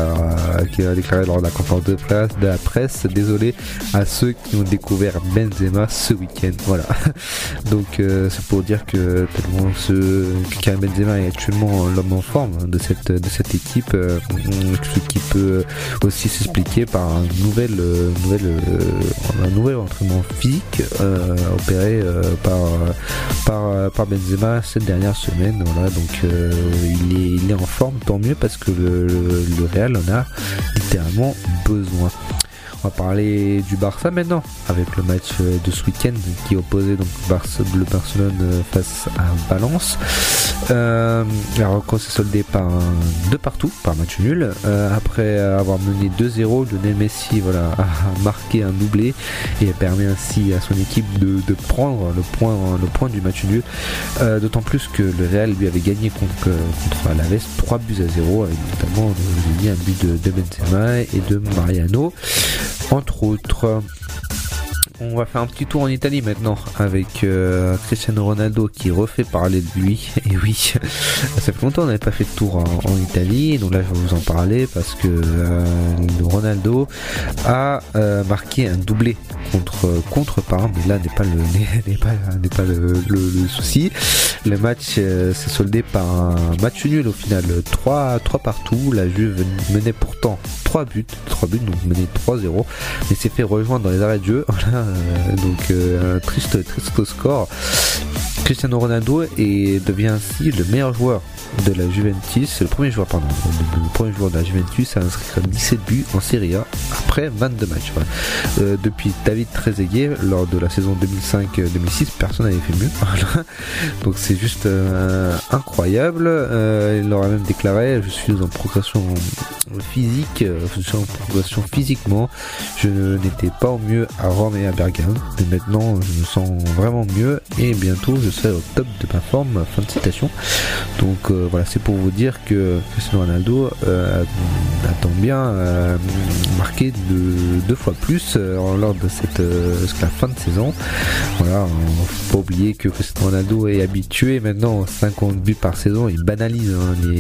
la conférence de la presse, désolé à ceux qui ont découvert Benzema ce week-end. Voilà. Donc c'est pour dire que tellement Karim Benzema est actuellement l'homme en forme de cette équipe, ce qui peut aussi s'expliquer par un nouvel entraînement physique opéré par Benzema cette dernière semaine. Voilà, donc il est en forme, tant mieux, parce que le Real en a littéralement besoin. On va parler du Barça maintenant, avec le match de ce week-end qui opposait donc le Barcelone face à Valence. La rencontre s'est soldée par un 2-2, par match nul. Après avoir mené 2-0, Lionel Messi a marqué un doublé et a permis ainsi à son équipe de prendre le point du match nul. D'autant plus que le Real lui avait gagné contre Alaves 3-0, avec notamment un but de Benzema et de Mariano, entre autres. On va faire un petit tour en Italie maintenant avec Cristiano Ronaldo qui refait parler de lui. Et oui, ça fait longtemps qu'on n'avait pas fait de tour en Italie, donc là je vais vous en parler parce que Ronaldo a marqué un doublé contre Parme, mais là n'est pas le souci. Le match s'est soldé par un match nul au final, 3 partout. La Juve menait pourtant 3 buts, donc menait 3-0, mais s'est fait rejoindre dans les arrêts de jeu. Voilà, donc un triste score. Cristiano Ronaldo devient ainsi le meilleur joueur de la Juventus, le premier joueur de la Juventus à inscrire 17 buts en Serie A après 22 matchs. Voilà. Depuis David Trezeguet lors de la saison 2005-2006, personne n'avait fait mieux. Voilà. Donc c'est juste incroyable. Il aurait même déclaré: je suis en progression physique, physiquement. Je n'étais pas au mieux à Rome et à Bergame, mais maintenant je me sens vraiment mieux et bientôt je serai au top de ma forme. Fin de citation. Donc voilà, c'est pour vous dire que Cristiano Ronaldo attend bien marquer 2 fois plus lors de la fin de saison. Voilà, faut pas oublier que Cristiano Ronaldo est habitué maintenant 50 buts par saison, il banalise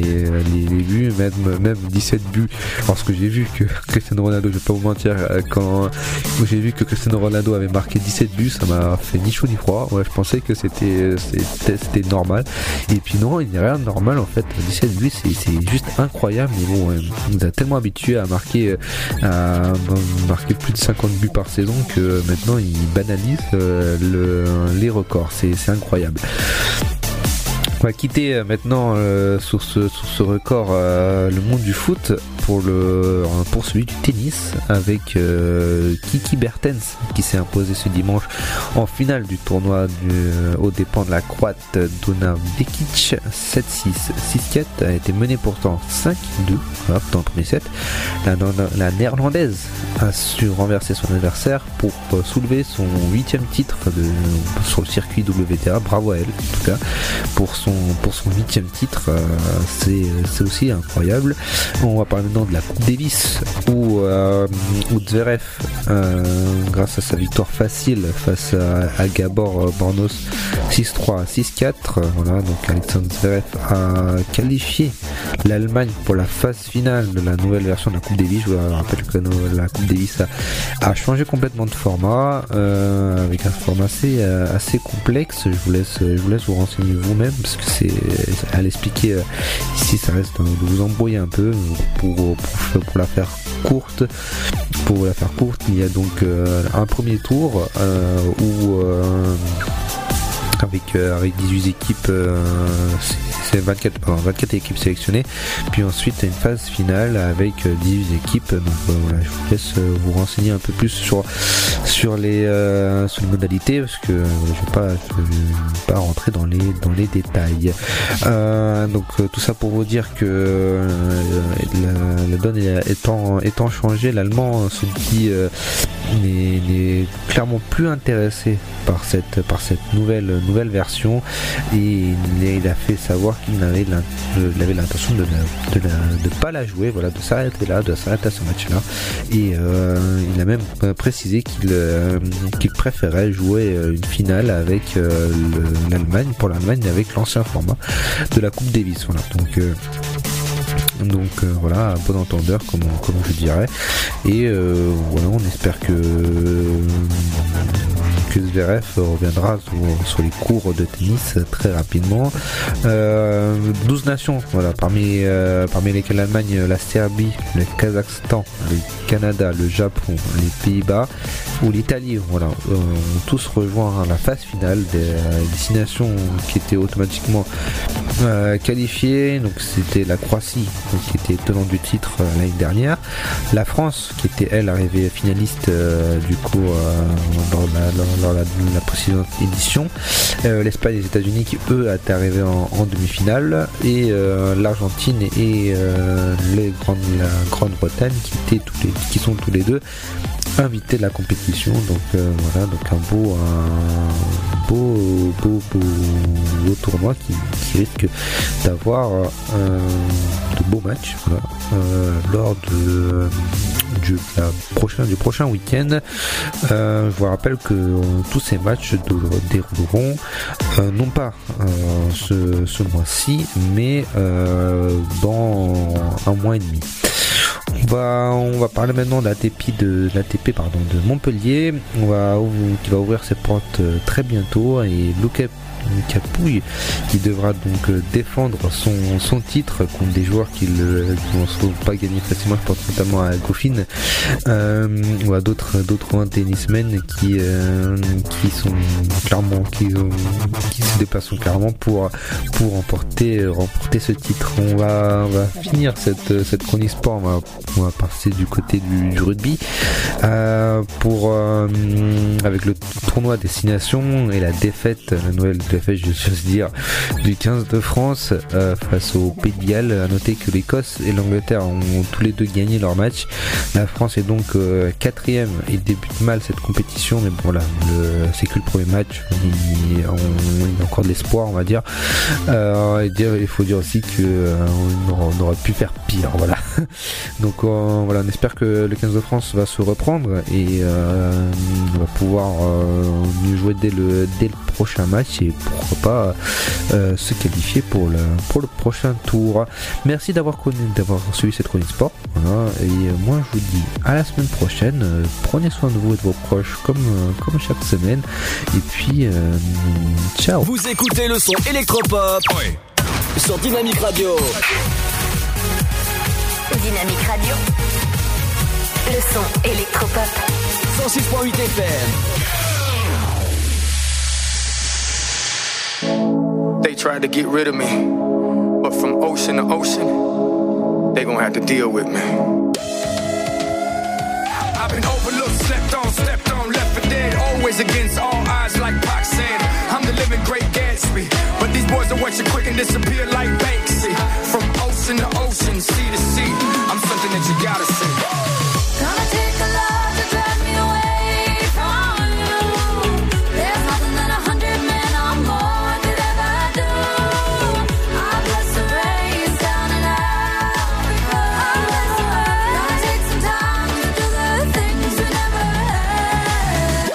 les buts, même 17 buts. Lorsque j'ai vu que Cristiano Ronaldo, je vais pas vous mentir, quand j'ai vu que Cristiano Ronaldo avait marqué 17 buts, ça m'a fait ni chaud ni froid. Ouais, je pensais que c'était normal, et puis non, il n'y a rien de normal en fait. 17 buts, c'est juste incroyable, mais bon, on nous a tellement habitués à marquer plus de 50 buts par saison que maintenant il banalise les records. C'est incroyable. On va quitter maintenant sur ce record le monde du foot pour celui du tennis avec Kiki Bertens qui s'est imposé ce dimanche en finale du tournoi aux dépens de la Croate Dona Vekic. 7-6, 6-4, a été menée pourtant 5-2 dans le premier set. La néerlandaise a su renverser son adversaire pour soulever son 8e titre sur le circuit WTA. Bravo à elle en tout cas pour son 8e titre. C'est aussi incroyable. On va parler maintenant de la Coupe Davis où Zverev, grâce à sa victoire facile face à Gabor Bornos 6-3, 6-4, voilà, donc Alexander Zverev a qualifié l'Allemagne pour la phase finale de la nouvelle version de la Coupe Davis. Je vous rappelle que la Coupe Davis a changé complètement de format, avec un format assez complexe. Je vous laisse vous renseigner vous-même parce que à l'expliquer ici ça reste de vous embrouiller un peu. Pour la faire courte, il y a donc un premier tour où avec 18 équipes, c'est 24 équipes sélectionnées, puis ensuite une phase finale avec 18 équipes. Donc voilà, je vous laisse vous renseigner un peu plus sur les modalités parce que je vais pas rentrer dans les détails. Donc tout ça pour vous dire que la donne étant changée, l'Allemand se dit n'est clairement plus intéressé par cette nouvelle version, et il a fait savoir qu'il avait l'intention de pas la jouer, voilà, de s'arrêter à ce match-là, et il a même précisé qu'il préférait jouer une finale avec l'Allemagne, pour l'Allemagne, avec l'ancien format de la Coupe Davis. Voilà, donc voilà, bon entendeur comme je dirais, et voilà, on espère que Zverev reviendra sur les cours de tennis très rapidement. 12 nations, voilà, parmi lesquelles l'Allemagne, la Serbie, le Kazakhstan, le Canada, le Japon, les Pays-Bas ou l'Italie, voilà, ont tous rejoint la phase finale des 6 nations qui étaient automatiquement qualifiées. Donc c'était la Croatie, qui était tenant du titre l'année dernière, la France qui était elle arrivée finaliste du coup dans la précédente édition, l'Espagne et les États-Unis qui eux étaient arrivés en demi-finale, et l'Argentine et la Grande-Bretagne qui sont tous les deux invités de la compétition. Donc voilà, donc un beau tournoi qui risque d'avoir de beaux matchs, voilà, lors du prochain week-end. Je vous rappelle que tous ces matchs dérouleront non pas ce mois-ci, mais dans un mois et demi. On va parler maintenant de l'ATP de Montpellier, qui va ouvrir ses portes très bientôt, et Luca Pouille qui devra donc défendre son titre contre des joueurs qui ne vont pas gagner facilement. Je pense notamment à Goffin ou à d'autres tennismen qui sont clairement qui se déplacent clairement pour remporter ce titre. On va finir cette chronique sport. On va passer du côté du rugby avec le tournoi Destination et la nouvelle défaite, j'ose dire, du 15 de France face au Pays de Galles. À noter que l'Écosse et l'Angleterre ont tous les deux gagné leur match. La France est donc 4ème et débute mal cette compétition, mais bon, voilà, c'est que le premier match, il y a encore de l'espoir, on va dire. Il faut dire aussi qu'on aurait pu faire pire, voilà. Donc voilà, on espère que le 15 de France va se reprendre et va pouvoir mieux jouer dès le prochain match, et pourquoi pas se qualifier pour le prochain tour. Merci d'avoir suivi cette chronique sport, voilà, et moi je vous dis à la semaine prochaine. Prenez soin de vous et de vos proches comme chaque semaine, et puis ciao. Vous écoutez le son électropop sur Dynamique Radio. Dynamique Radio, le son électropop. 106.8 FM. They tried to get rid of me, but from ocean to ocean, they gon' have to deal with me. I've been overlooked, slept on, stepped on, left for dead. Always against all odds, like Pac said. I'm the living great Gatsby, but these boys will watch you quick and disappear like Banksy. From ocean to ocean, sea to sea, I'm something that you gotta see. Gonna take a lot to drive me away from you. There's nothing that 100 men or more could ever do. I bless the rain down in Africa. Gonna take some time to do the things we never had.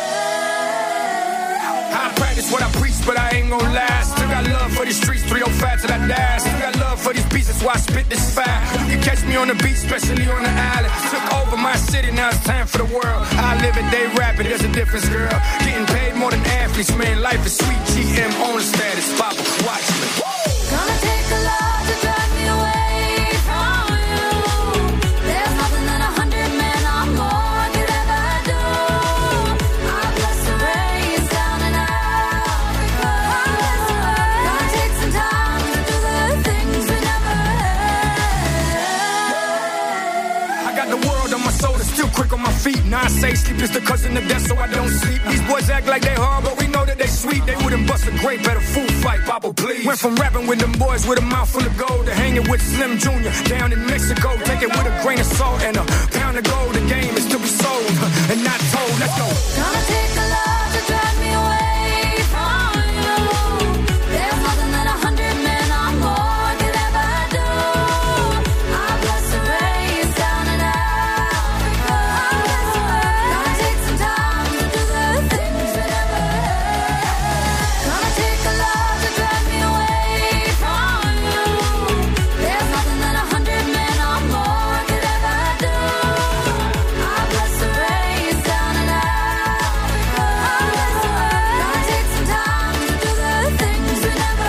I practice what I preach, but I ain't gon' lie. Still got love for these streets, 305 till I die. Still got love for these beats, that's why I spit this fire. You can catch me on the beach, especially on the island. Took over my city, now it's time for the world. I live it, they rap it, there's a difference, girl. Getting paid more than athletes, man, life is sweet. GM on the status, Papa, watch me. Gonna take a lot to drive me away from you. There's nothing that 100 men or more could ever do. I bless the rain down in Africa. Gonna take some time to do the things we never had. I got the world on my shoulder, still quick on my feet. Now I say sleep is the cousin of death, so I don't sleep. These boys act like they hard, but we know that they sweet. They wouldn't bust a grape at a food fight, Papa, please. Went from rapping with them boys with a mouth full of gold to hanging with Slim Jr. down in Mexico. Take it with a grain of salt and a pound of gold. The game is to be sold and not told. Let's go. Gonna take a lot to drive me away from you. There's nothing that 100 men or more could ever do. I bless the rain down in Africa. Gonna take some time to do the things we never had. Gonna take a lot to drive me away from you. There's nothing that 100 men or more could ever do. I bless the rain down in Africa. Gonna take some time to do the things we never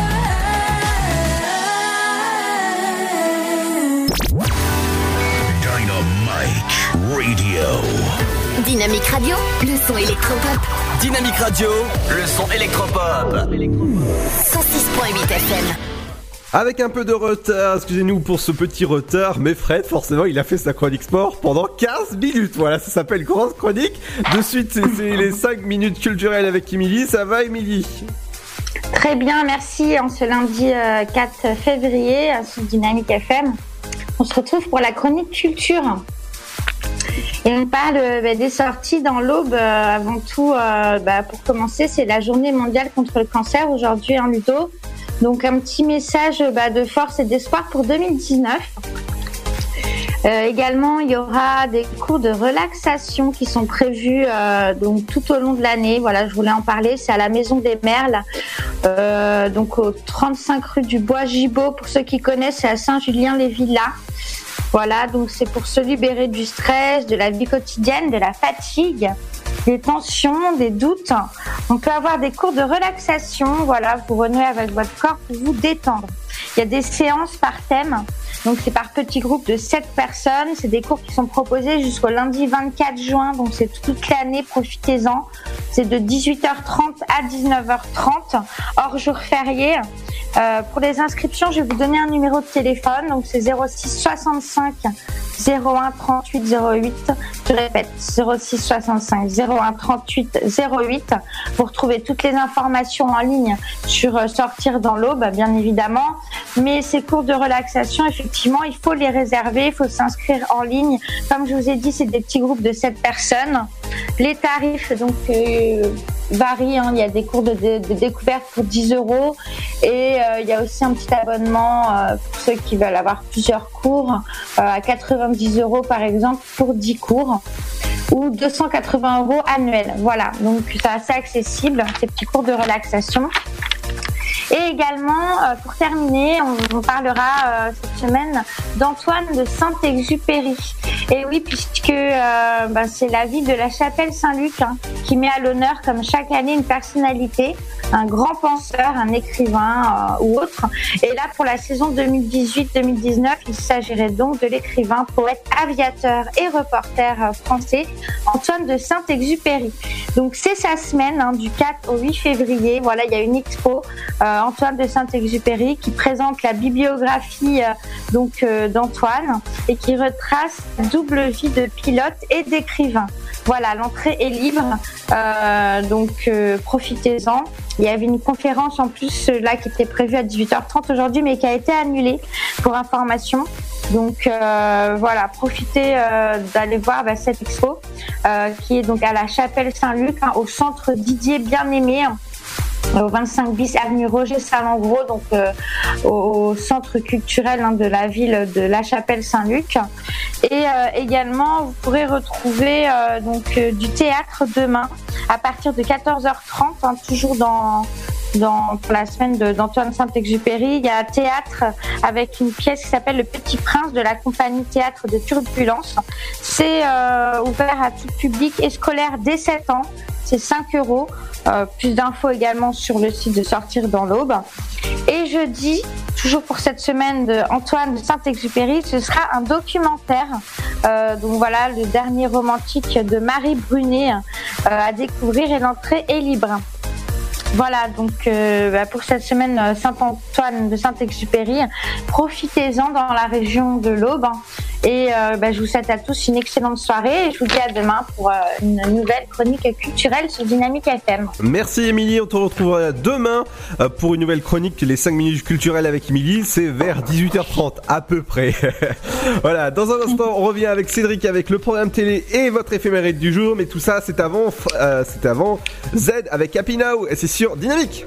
had. Dynamite Radio. Dynamique Radio, le son électropop. Dynamique Radio, le son électropop. 106.8 FM. Avec un peu de retard, excusez-nous pour ce petit retard, mais Fred, forcément, il a fait sa chronique sport pendant 15 minutes. Voilà, ça s'appelle Grande Chronique. De suite, c'est les 5 minutes culturelles avec Émilie. Ça va, Émilie ? Très bien, merci. En ce lundi 4 février, sur Dynamique FM, on se retrouve pour la chronique culture. Et on parle des sorties dans l'Aube. Avant tout, pour commencer, c'est la journée mondiale contre le cancer aujourd'hui en Ludo. Donc un petit message de force et d'espoir pour 2019. Également, il y aura des cours de relaxation qui sont prévus donc tout au long de l'année. Voilà, je voulais en parler. C'est à la Maison des Merles, donc au 35 rue du Bois Gibault. Pour ceux qui connaissent, c'est à Saint-Julien-les-Villas. Voilà, donc c'est pour se libérer du stress, de la vie quotidienne, de la fatigue, des tensions, des doutes. On peut avoir des cours de relaxation. Voilà, vous renouez avec votre corps pour vous détendre. Il y a des séances par thème. Donc c'est par petits groupes de 7 personnes. C'est des cours qui sont proposés jusqu'au lundi 24 juin. Donc c'est toute l'année, profitez-en. C'est de 18h30 à 19h30, hors jour férié. Pour les inscriptions, je vais vous donner un numéro de téléphone. Donc c'est 06 65 01 38 08. Je répète, 06 65 01 38 08. Vous retrouvez toutes les informations en ligne sur Sortir dans l'Aube, bien évidemment. Mais ces cours de relaxation, effectivement, il faut les réserver, il faut s'inscrire en ligne. Comme je vous ai dit, c'est des petits groupes de 7 personnes. Les tarifs donc varient. Il y a des cours de découverte pour 10 € et il y a aussi un petit abonnement pour ceux qui veulent avoir plusieurs cours à 90 € par exemple pour 10 cours ou 280 € annuels. Voilà, donc c'est assez accessible ces petits cours de relaxation. Et également, pour terminer, on parlera cette semaine d'Antoine de Saint-Exupéry. Et oui, puisque c'est la ville de la Chapelle-Saint-Luc qui met à l'honneur, comme chaque année, une personnalité, un grand penseur, un écrivain ou autre. Et là, pour la saison 2018-2019, il s'agirait donc de l'écrivain, poète, aviateur et reporter français Antoine de Saint-Exupéry. Donc c'est sa semaine du 4 au 8 février. Voilà, il y a une expo Antoine de Saint-Exupéry qui présente la bibliographie d'Antoine et qui retrace la double vie de pilote et d'écrivain. Voilà, l'entrée est libre, donc profitez-en. Il y avait une conférence en plus là qui était prévue à 18h30 aujourd'hui, mais qui a été annulée pour information. Donc voilà, profitez d'aller voir cette expo qui est donc à la Chapelle Saint-Luc, au centre Didier Bien-Aimé. Au 25 bis avenue Roger Salengro, donc au centre culturel de la ville de La Chapelle-Saint-Luc. Et également, vous pourrez retrouver du théâtre demain à partir de 14h30, toujours pour la semaine d'Antoine Saint-Exupéry. Il y a un théâtre avec une pièce qui s'appelle Le Petit Prince de la compagnie Théâtre de Turbulence. C'est ouvert à tout public et scolaire dès 7 ans. C'est 5 €. Plus d'infos également sur le site de Sortir dans l'Aube. Et jeudi, toujours pour cette semaine d'Antoine de Saint-Exupéry, ce sera un documentaire. Donc voilà, le dernier romantique de Marie Brunet à découvrir et l'entrée est libre. Voilà, donc pour cette semaine Saint-Antoine de Saint-Exupéry, profitez-en dans la région de l'Aube. Et je vous souhaite à tous une excellente soirée et je vous dis à demain pour une nouvelle chronique culturelle sur Dynamique FM. Merci Émilie, on te retrouvera demain pour une nouvelle chronique, les 5 minutes culturelles avec Émilie, c'est vers 18h30 à peu près. Voilà, dans un instant on revient avec Cédric avec le programme télé et votre éphéméride du jour, mais tout ça c'est avant Z avec Happy Now et c'est sur Dynamique.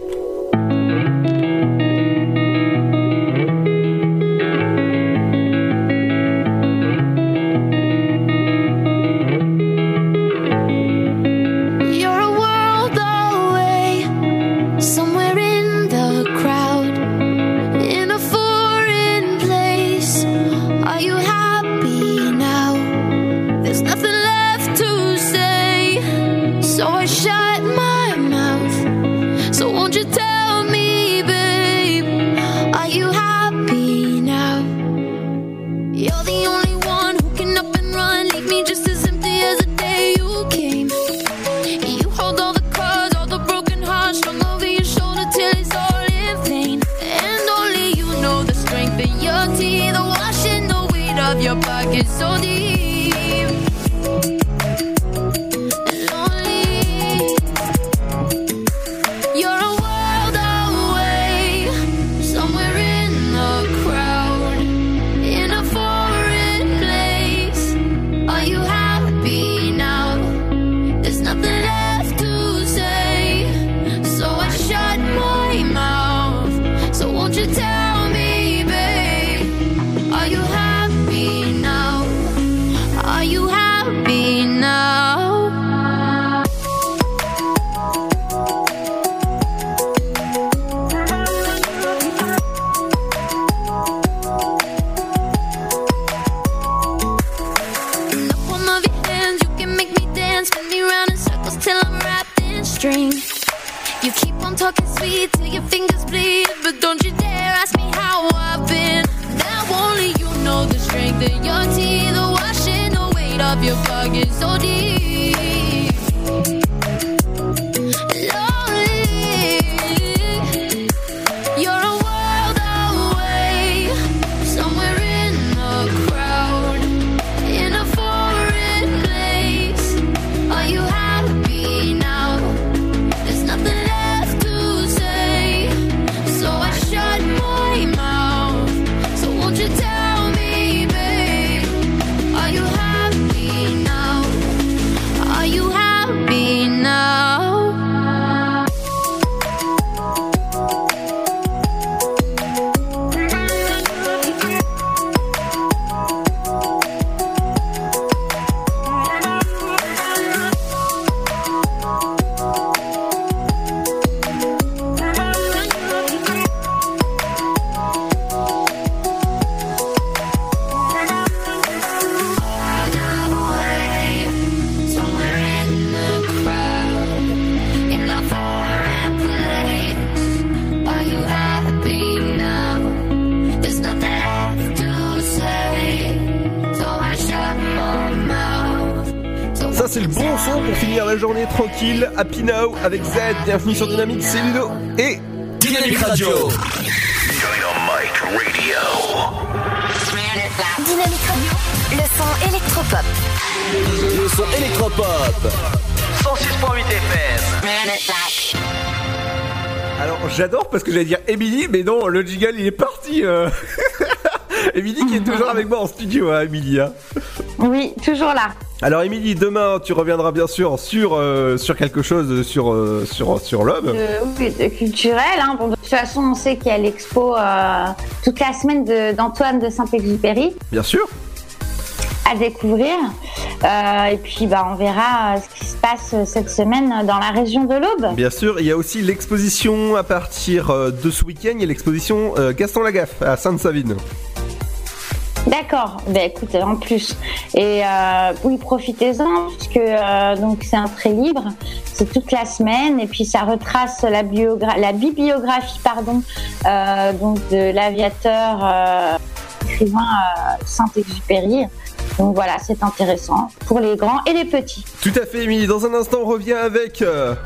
Tell me, babe, are you happy now? c'est le bon son pour finir la journée tranquille. Happy Now avec Z. Bienvenue sur Dynamique, c'est Ludo et Dynamique Radio. Dynamique Radio. Dynamique Radio, le son électropop. Le son électropop. 106.8 FM. Alors j'adore parce que j'allais dire Émilie, mais non, le jingle il est parti. Émilie qui est toujours avec moi en studio, hein, Émilie. Hein. Oui, toujours là. Alors Émilie, demain tu reviendras bien sûr sur quelque chose sur l'homme. Oui, de culturel. Hein. Bon, de toute façon, on sait qu'il y a l'expo toute la semaine d'Antoine de Saint-Exupéry. Bien sûr. À découvrir. Et puis on verra ce qui se passe cette semaine dans la région de l'Aube. Bien sûr, il y a aussi l'exposition à partir de ce week-end, il y a l'exposition Gaston Lagaffe à Sainte-Savine. D'accord, écoute, en plus. Et oui, profitez-en, puisque donc c'est un prêt libre, c'est toute la semaine, et puis ça retrace la bibliographie donc de l'aviateur écrivain Saint-Exupéry. Donc voilà, c'est intéressant pour les grands et les petits. Tout à fait, Émilie. Dans un instant, on revient avec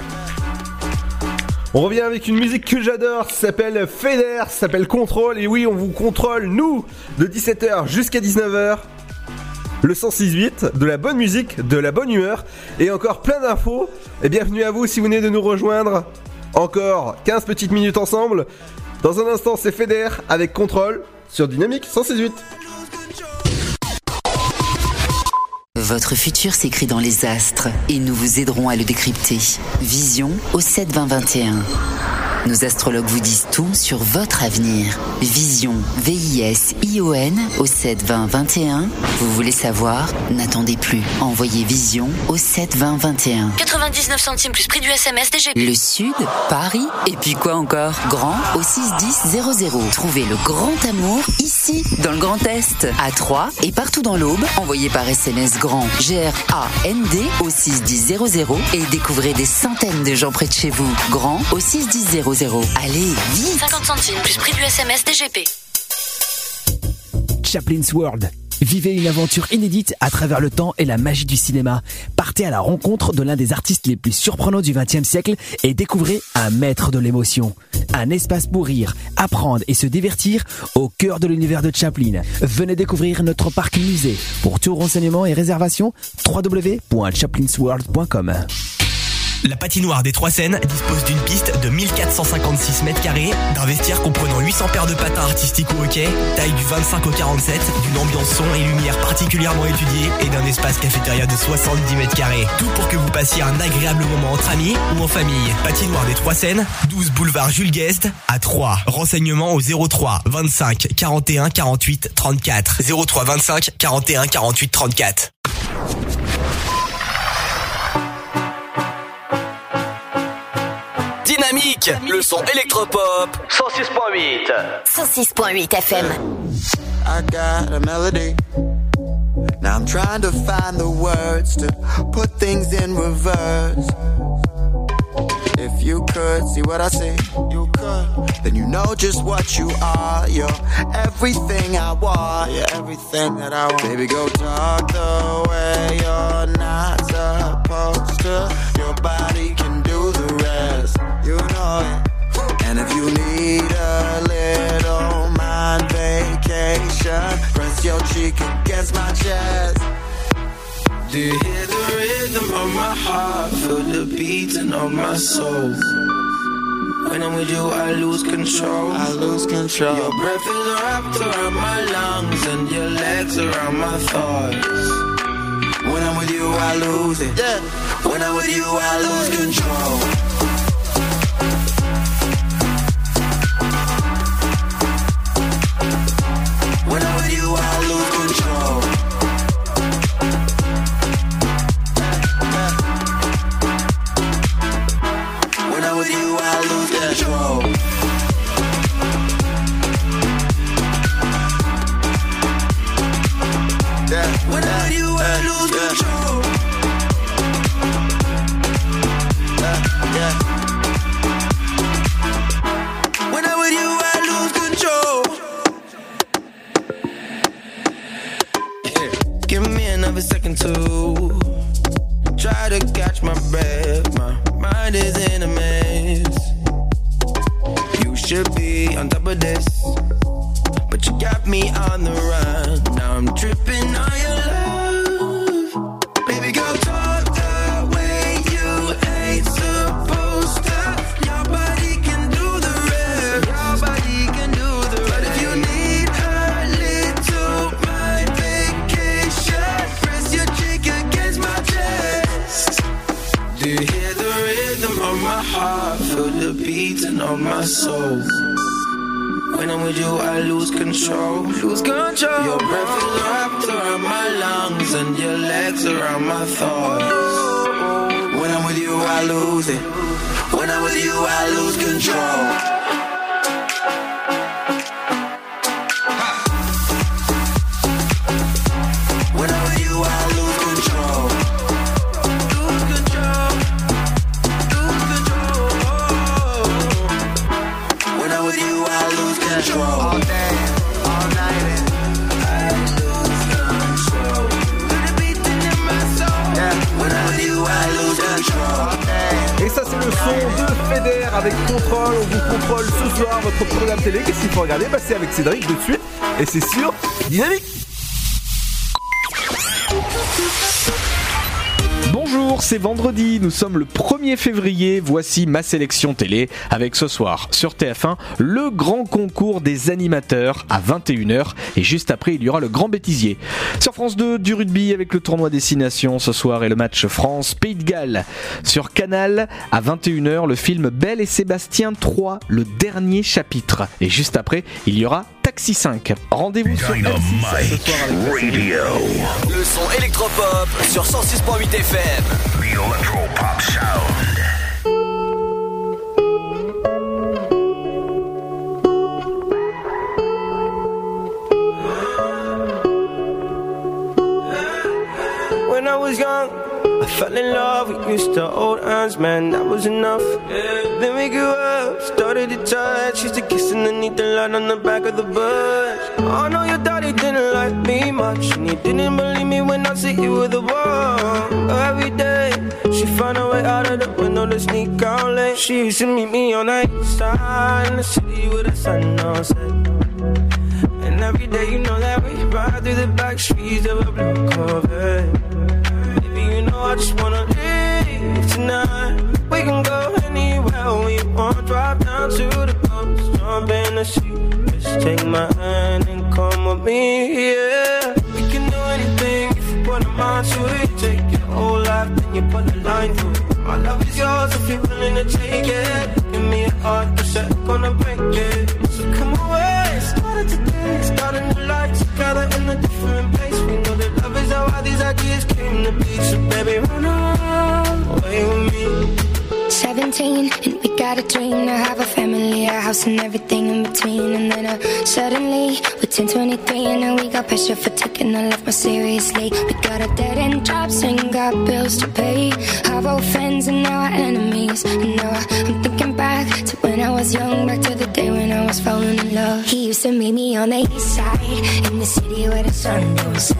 une musique que j'adore, ça s'appelle Feder, ça s'appelle Contrôle. Et oui, on vous contrôle, nous, de 17h jusqu'à 19h. Le 106.8, de la bonne musique, de la bonne humeur et encore plein d'infos. Et bienvenue à vous si vous venez de nous rejoindre. Encore 15 petites minutes ensemble. Dans un instant, c'est Feder avec Contrôle sur Dynamique 106.8. Votre futur s'écrit dans les astres et nous vous aiderons à le décrypter. Vision au 7-20-21. Nos astrologues vous disent tout sur votre avenir. Vision, V-I-S-I-O-N au 7-20-21. Vous voulez savoir? N'attendez plus. Envoyez Vision au 7-20-21. 99 centimes plus prix du SMS DGP. Le Sud, Paris, et puis quoi encore? Grand au 61000. Trouvez le grand amour ici, dans le Grand Est, à Troyes et partout dans l'Aube. Envoyez par SMS GRAND, G-R-A-N-D au 61000 et découvrez des centaines de gens près de chez vous. Grand au 61000. Allez, vite! 50 centimes plus prix du SMS DGP. Chaplin's World. Vivez une aventure inédite à travers le temps et la magie du cinéma. Partez à la rencontre de l'un des artistes les plus surprenants du XXe siècle et découvrez un maître de l'émotion. Un espace pour rire, apprendre et se divertir au cœur de l'univers de Chaplin. Venez découvrir notre parc musée. Pour tout renseignement et réservation, www.chaplinsworld.com. La patinoire des Trois Seines dispose d'une piste de 1456 mètres carrés, d'un vestiaire comprenant 800 paires de patins artistiques ou hockey, taille du 25 au 47, d'une ambiance son et lumière particulièrement étudiée et d'un espace cafétéria de 70 mètres carrés. Tout pour que vous passiez un agréable moment entre amis ou en famille. Patinoire des Trois Seines, 12 boulevard Jules Guest à Troyes. Renseignements au 03 25 41 48 34. 03 25 41 48 34. Dynamique, le son électropop 106.8. 106.8 FM. I got a melody. Now I'm trying to find the words to put things in reverse. If you could see what I see, you could. Then you know just what you are. You're everything I want. You're everything that I want. Baby, go talk the way you're not supposed to. Your body can do the rest. You know it. And if you need a little mind vacation, press your cheek against my chest. Do you hear the rhythm of my heart? Feel the beating of my soul. When I'm with you, I lose control. I lose control. Your breath is wrapped around my lungs and your legs around my thighs. When I'm with you, I lose it. Yeah. When I'm with you, I lose control. When I'm with you, I lose control. When I'm with you, I lose control. When I'm with you, I lose control. but you got me on the run. Now I'm tripping on your love. Baby girl, talk the way you ain't supposed to. Your body can do the rest. Your body can do the rest. But if you need a little my vacation, press your cheek against my chest. Do you hear the rhythm of my heart? Feel the beating of my soul. When I'm with you, I lose control. Lose control. Your breath is wrapped around my lungs and your legs around my thighs. When I'm with you, I lose it. When I'm with you, I lose control. When I'm with you, I lose control. Lose control. Lose control. When I'm with you, I lose control. All day, all night. I lose control. With the beating in my soul. Yeah. When I'm with you, I lose control. Et ça c'est le son de Feder avec Contrôle. On vous contrôle ce soir votre programme télé. Qu'est-ce qu'il faut regarder? Bah c'est avec Cédric de suite. Et c'est sur Dynamique. Bonjour, c'est vendredi, nous sommes le 1er février, voici ma sélection télé avec ce soir sur TF1 le grand concours des animateurs à 21h et juste après il y aura le grand bêtisier. Sur France 2 du rugby avec le tournoi Destination ce soir et le match France-Pays de Galles. Sur Canal à 21h le film Belle et Sébastien 3, le dernier chapitre et juste après il y aura Taxi 5. Rendez-vous sur M6 ce soir avec Le son électropop sur 106.8 FM. The Electropop Sound. When I was young, I fell in love. We used to hold hands, man, that was enough. Then we grew up, started to touch. Used to kiss underneath the light on the back of the bus. I know your daddy didn't like me much, and he didn't believe me when I said you were the one. Every day, she found a way out of the window to sneak out late. She used to meet me on the east side in the city with the sun on set. And every day, you know that we ride through the back streets of a blue Corvette. You know I just wanna leave tonight. We can go anywhere we want. Drive down to the coast, jump in the sea. Just take my hand and come with me, yeah. We can do anything if you put a mind to it. Take your whole life, then you put a line through it. My love is yours if you're willing to take it. Give me a heart, cause I'm gonna break it. So come away, started today. Start a new life together in a different place. We know that love is how all these ideas came to be. So baby, run away with me. 17 and we got a dream to have a family, a house and everything in between. And then suddenly we're 10, 23 and now we got pressure for taking our life more seriously. We got a dead end jobs and got bills to pay. Our old friends and now our enemies. And now I'm thinking back to when I was young, back to the day when I was falling in love. He used to meet me on the east side in the city where the sun don't set.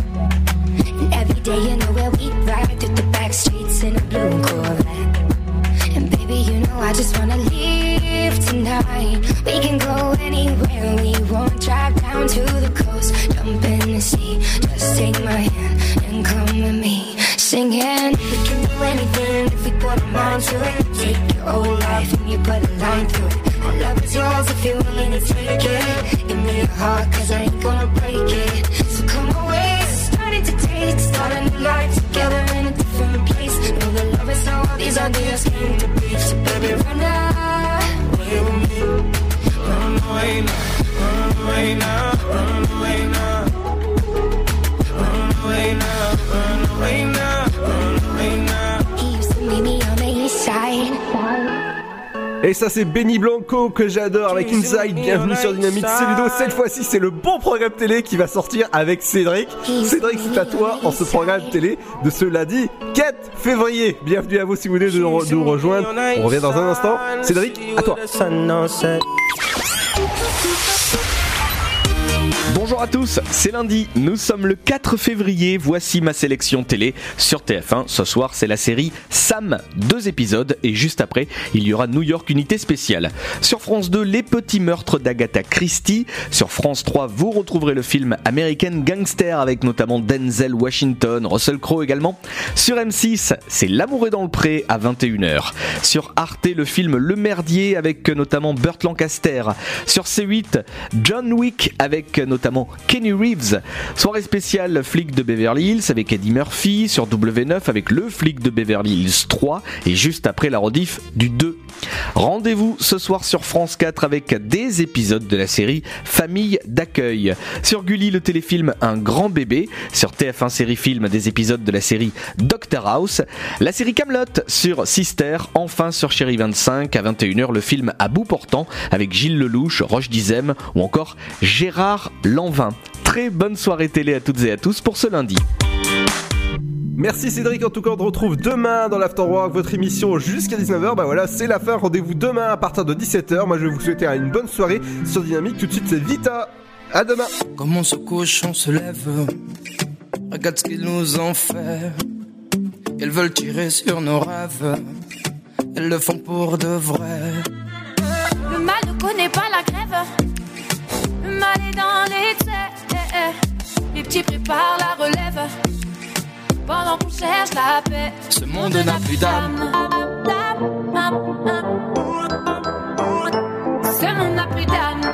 And every day you know where we ride through the back streets in a blue Corvette. And baby, you know I just wanna leave tonight. We can go anywhere we want. Drive down to the coast, jump in the sea. Just take my hand and come with me. Singing, we can do anything if we put a mind to it. Take your whole life and you put a line through it. My love is yours if you're willing to take it. Give me your heart, cause I ain't gonna break it. So come away, starting to taste. Start a new life together in a different place. Know the love is how all these ideas came to be. So baby, run away with me. Run away now, run away now, run away now. Run away now, run away now, run away now. He used to meet me on the east side. Et ça c'est Benny Blanco que j'adore avec Inside. Bienvenue sur Dynamique, c'est Ludo. Cette fois-ci c'est le bon programme télé qui va sortir avec Cédric. Cédric, c'est à toi en ce programme télé de ce lundi 4 février. Bienvenue à vous si vous voulez nous rejoindre. On revient dans un instant. Cédric, à toi. Bonjour Bonjour à tous, c'est lundi, nous sommes le 4 février, voici ma sélection télé sur TF1. Ce soir c'est la série Sam, 2 épisodes et juste après il y aura New York Unité Spéciale. Sur France 2, Les Petits Meurtres d'Agatha Christie. Sur France 3, vous retrouverez le film American Gangster avec notamment Denzel Washington, Russell Crowe également. Sur M6, c'est L'amour est dans le pré à 21h. Sur Arte, le film Le Merdier avec notamment Burt Lancaster. Sur C8, John Wick avec notamment Kenny Reeves. Soirée spéciale Flic de Beverly Hills avec Eddie Murphy. Sur W9 avec Le Flic de Beverly Hills 3 et juste après la rediff du 2. Rendez-vous ce soir sur France 4 avec des épisodes de la série Famille d'accueil. Sur Gulli, le téléfilm Un grand bébé. Sur TF1 Série Film, des épisodes de la série Doctor House. La série Kaamelott sur Sister. Enfin sur Chérie 25 à 21h, le film À bout portant avec Gilles Lelouch, Roche Dizem ou encore Gérard Lanvin. Très bonne soirée télé à toutes et à tous pour ce lundi. Merci Cédric, en tout cas on te retrouve demain dans l'Afterwork, votre émission jusqu'à 19h. Bah voilà, c'est la fin, rendez-vous demain à partir de 17h. Moi je vais vous souhaiter une bonne soirée sur Dynamique. Tout de suite c'est Vita, à demain. Comme on se couche, on se lève. Regarde ce qu'ils nous ont fait. Ils veulent tirer sur nos rêves. Ils le font pour de vrai. Le mal ne connaît pas la grève. Le mal est dans l'excès. Les petits préparent la relève. Pendant qu'on cherche la paix, ce monde n'a plus d'âme. Ce monde n'a plus d'âme.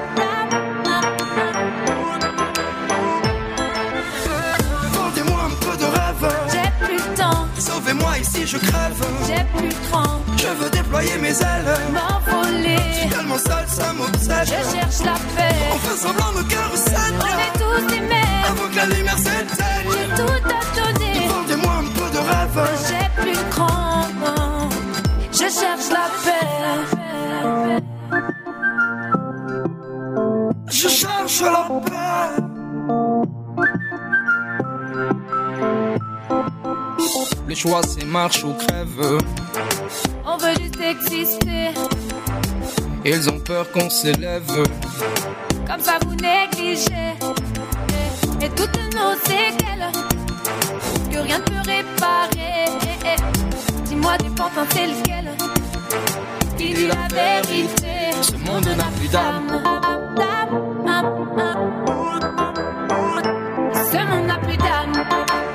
Vendez-moi un peu de rêve. J'ai plus le temps. Sauvez-moi ici, je crève. J'ai plus le cran. Je veux déployer mes ailes. M'envoler. Je suis tellement seul, ça m'obsède. Je cherche la paix. On fait semblant, nos cœurs recèlent. On est tous aimés. Avant que la lumière s'éteigne. J'ai tout à donner. Vendez-moi un peu de rêve. J'ai plus le cran. Je cherche la paix. Je cherche la paix. Le choix c'est marche ou crève. On veut juste exister. Ils ont peur qu'on s'élève. Comme ça vous négligez. Et toutes nos séquelles que rien ne peut réparer. Dis-moi des pantins c'est lequel qui dit la vérité. Ce monde n'a plus d'âme. Ce monde n'a plus d'âme.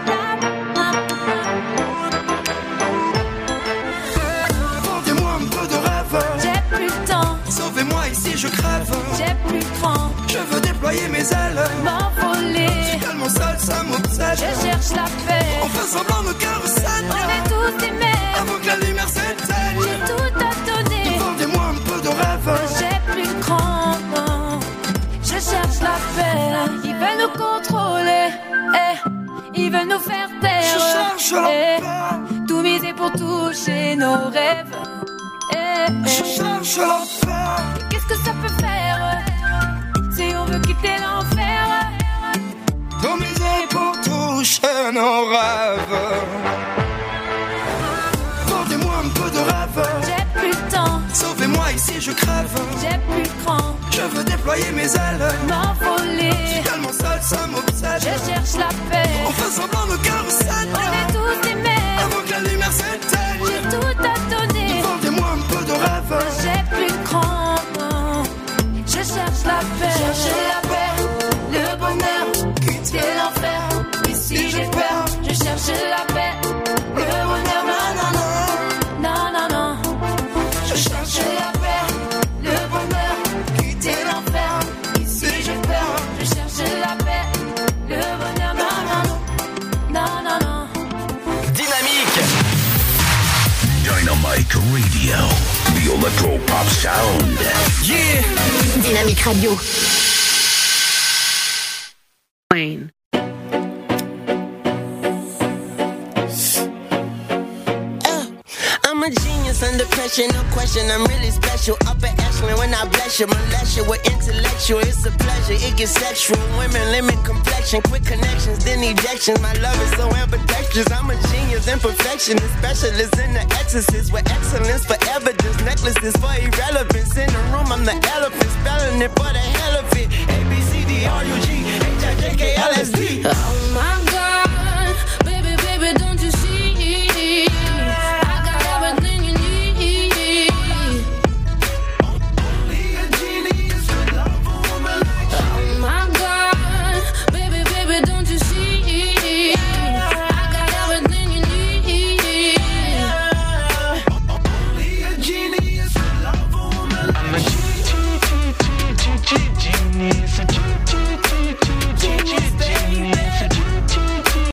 Vendez-moi un peu de rêve. J'ai plus le temps. Sauvez-moi ici, je crève. J'ai plus le cran. Je veux déployer mes ailes. M'envoler. Je suis tellement seul, ça m'obsède. Je cherche la paix. On fait semblant, nos cœurs recèlent. On est tous aimés. Avant que la lumière s'éteigne. J'ai tout à donner. Vendez-moi un peu de rêve. J'ai plus le cran. Je cherche la paix. Ils veulent nous contrôler. Ils veulent nous faire taire. Je cherche la paix. Tout miser pour toucher nos rêves. Je cherche la paix. Qu'est-ce que ça peut faire si on veut quitter l'enfer? Tout miser pour toucher nos rêves. Vendez-moi un peu de rêve. J'ai plus le temps. Sauvez-moi ici, je crève. J'ai plus le cran. Je veux déployer mes ailes. M'envoler. Je suis tellement seul, ça m'obsède. Je cherche la paix. On fait semblant, nos cœurs recèlent. On est tous aimés. Avant que la lumière s'éteigne. J'ai tout à donner. Vendez-moi un peu de rêve. J'ai plus le cran. Je cherche la paix. Chercher la paix. Le bonheur. Quitter l'enfer. Ici j'ai peur. Je cherche la paix. Le bonheur. Non, non, non. Non, non, non. Je cherche la paix. Le bonheur. Quitter l'enfer. Ici j'ai peur. Je cherche la paix. Le bonheur. Non, non, non. Non, non, non. Dynamique. Dynamic Radio, the electro pop sound. Yeah. Dynamique Radio. Wayne. I'm a genius under pressure, no question. I'm really special. Upper echelon when I bless you, molest you with intellectual. It's a pleasure, it gets sexual. Women limit complexion, quick connections, then ejections. My love is so ambidextrous. I'm a genius, imperfectionist, specialist in the exorcist with excellence forever. Just necklaces for irrelevance. In the room, I'm the elephant, spelling it for the hell of it. A B C D LSD.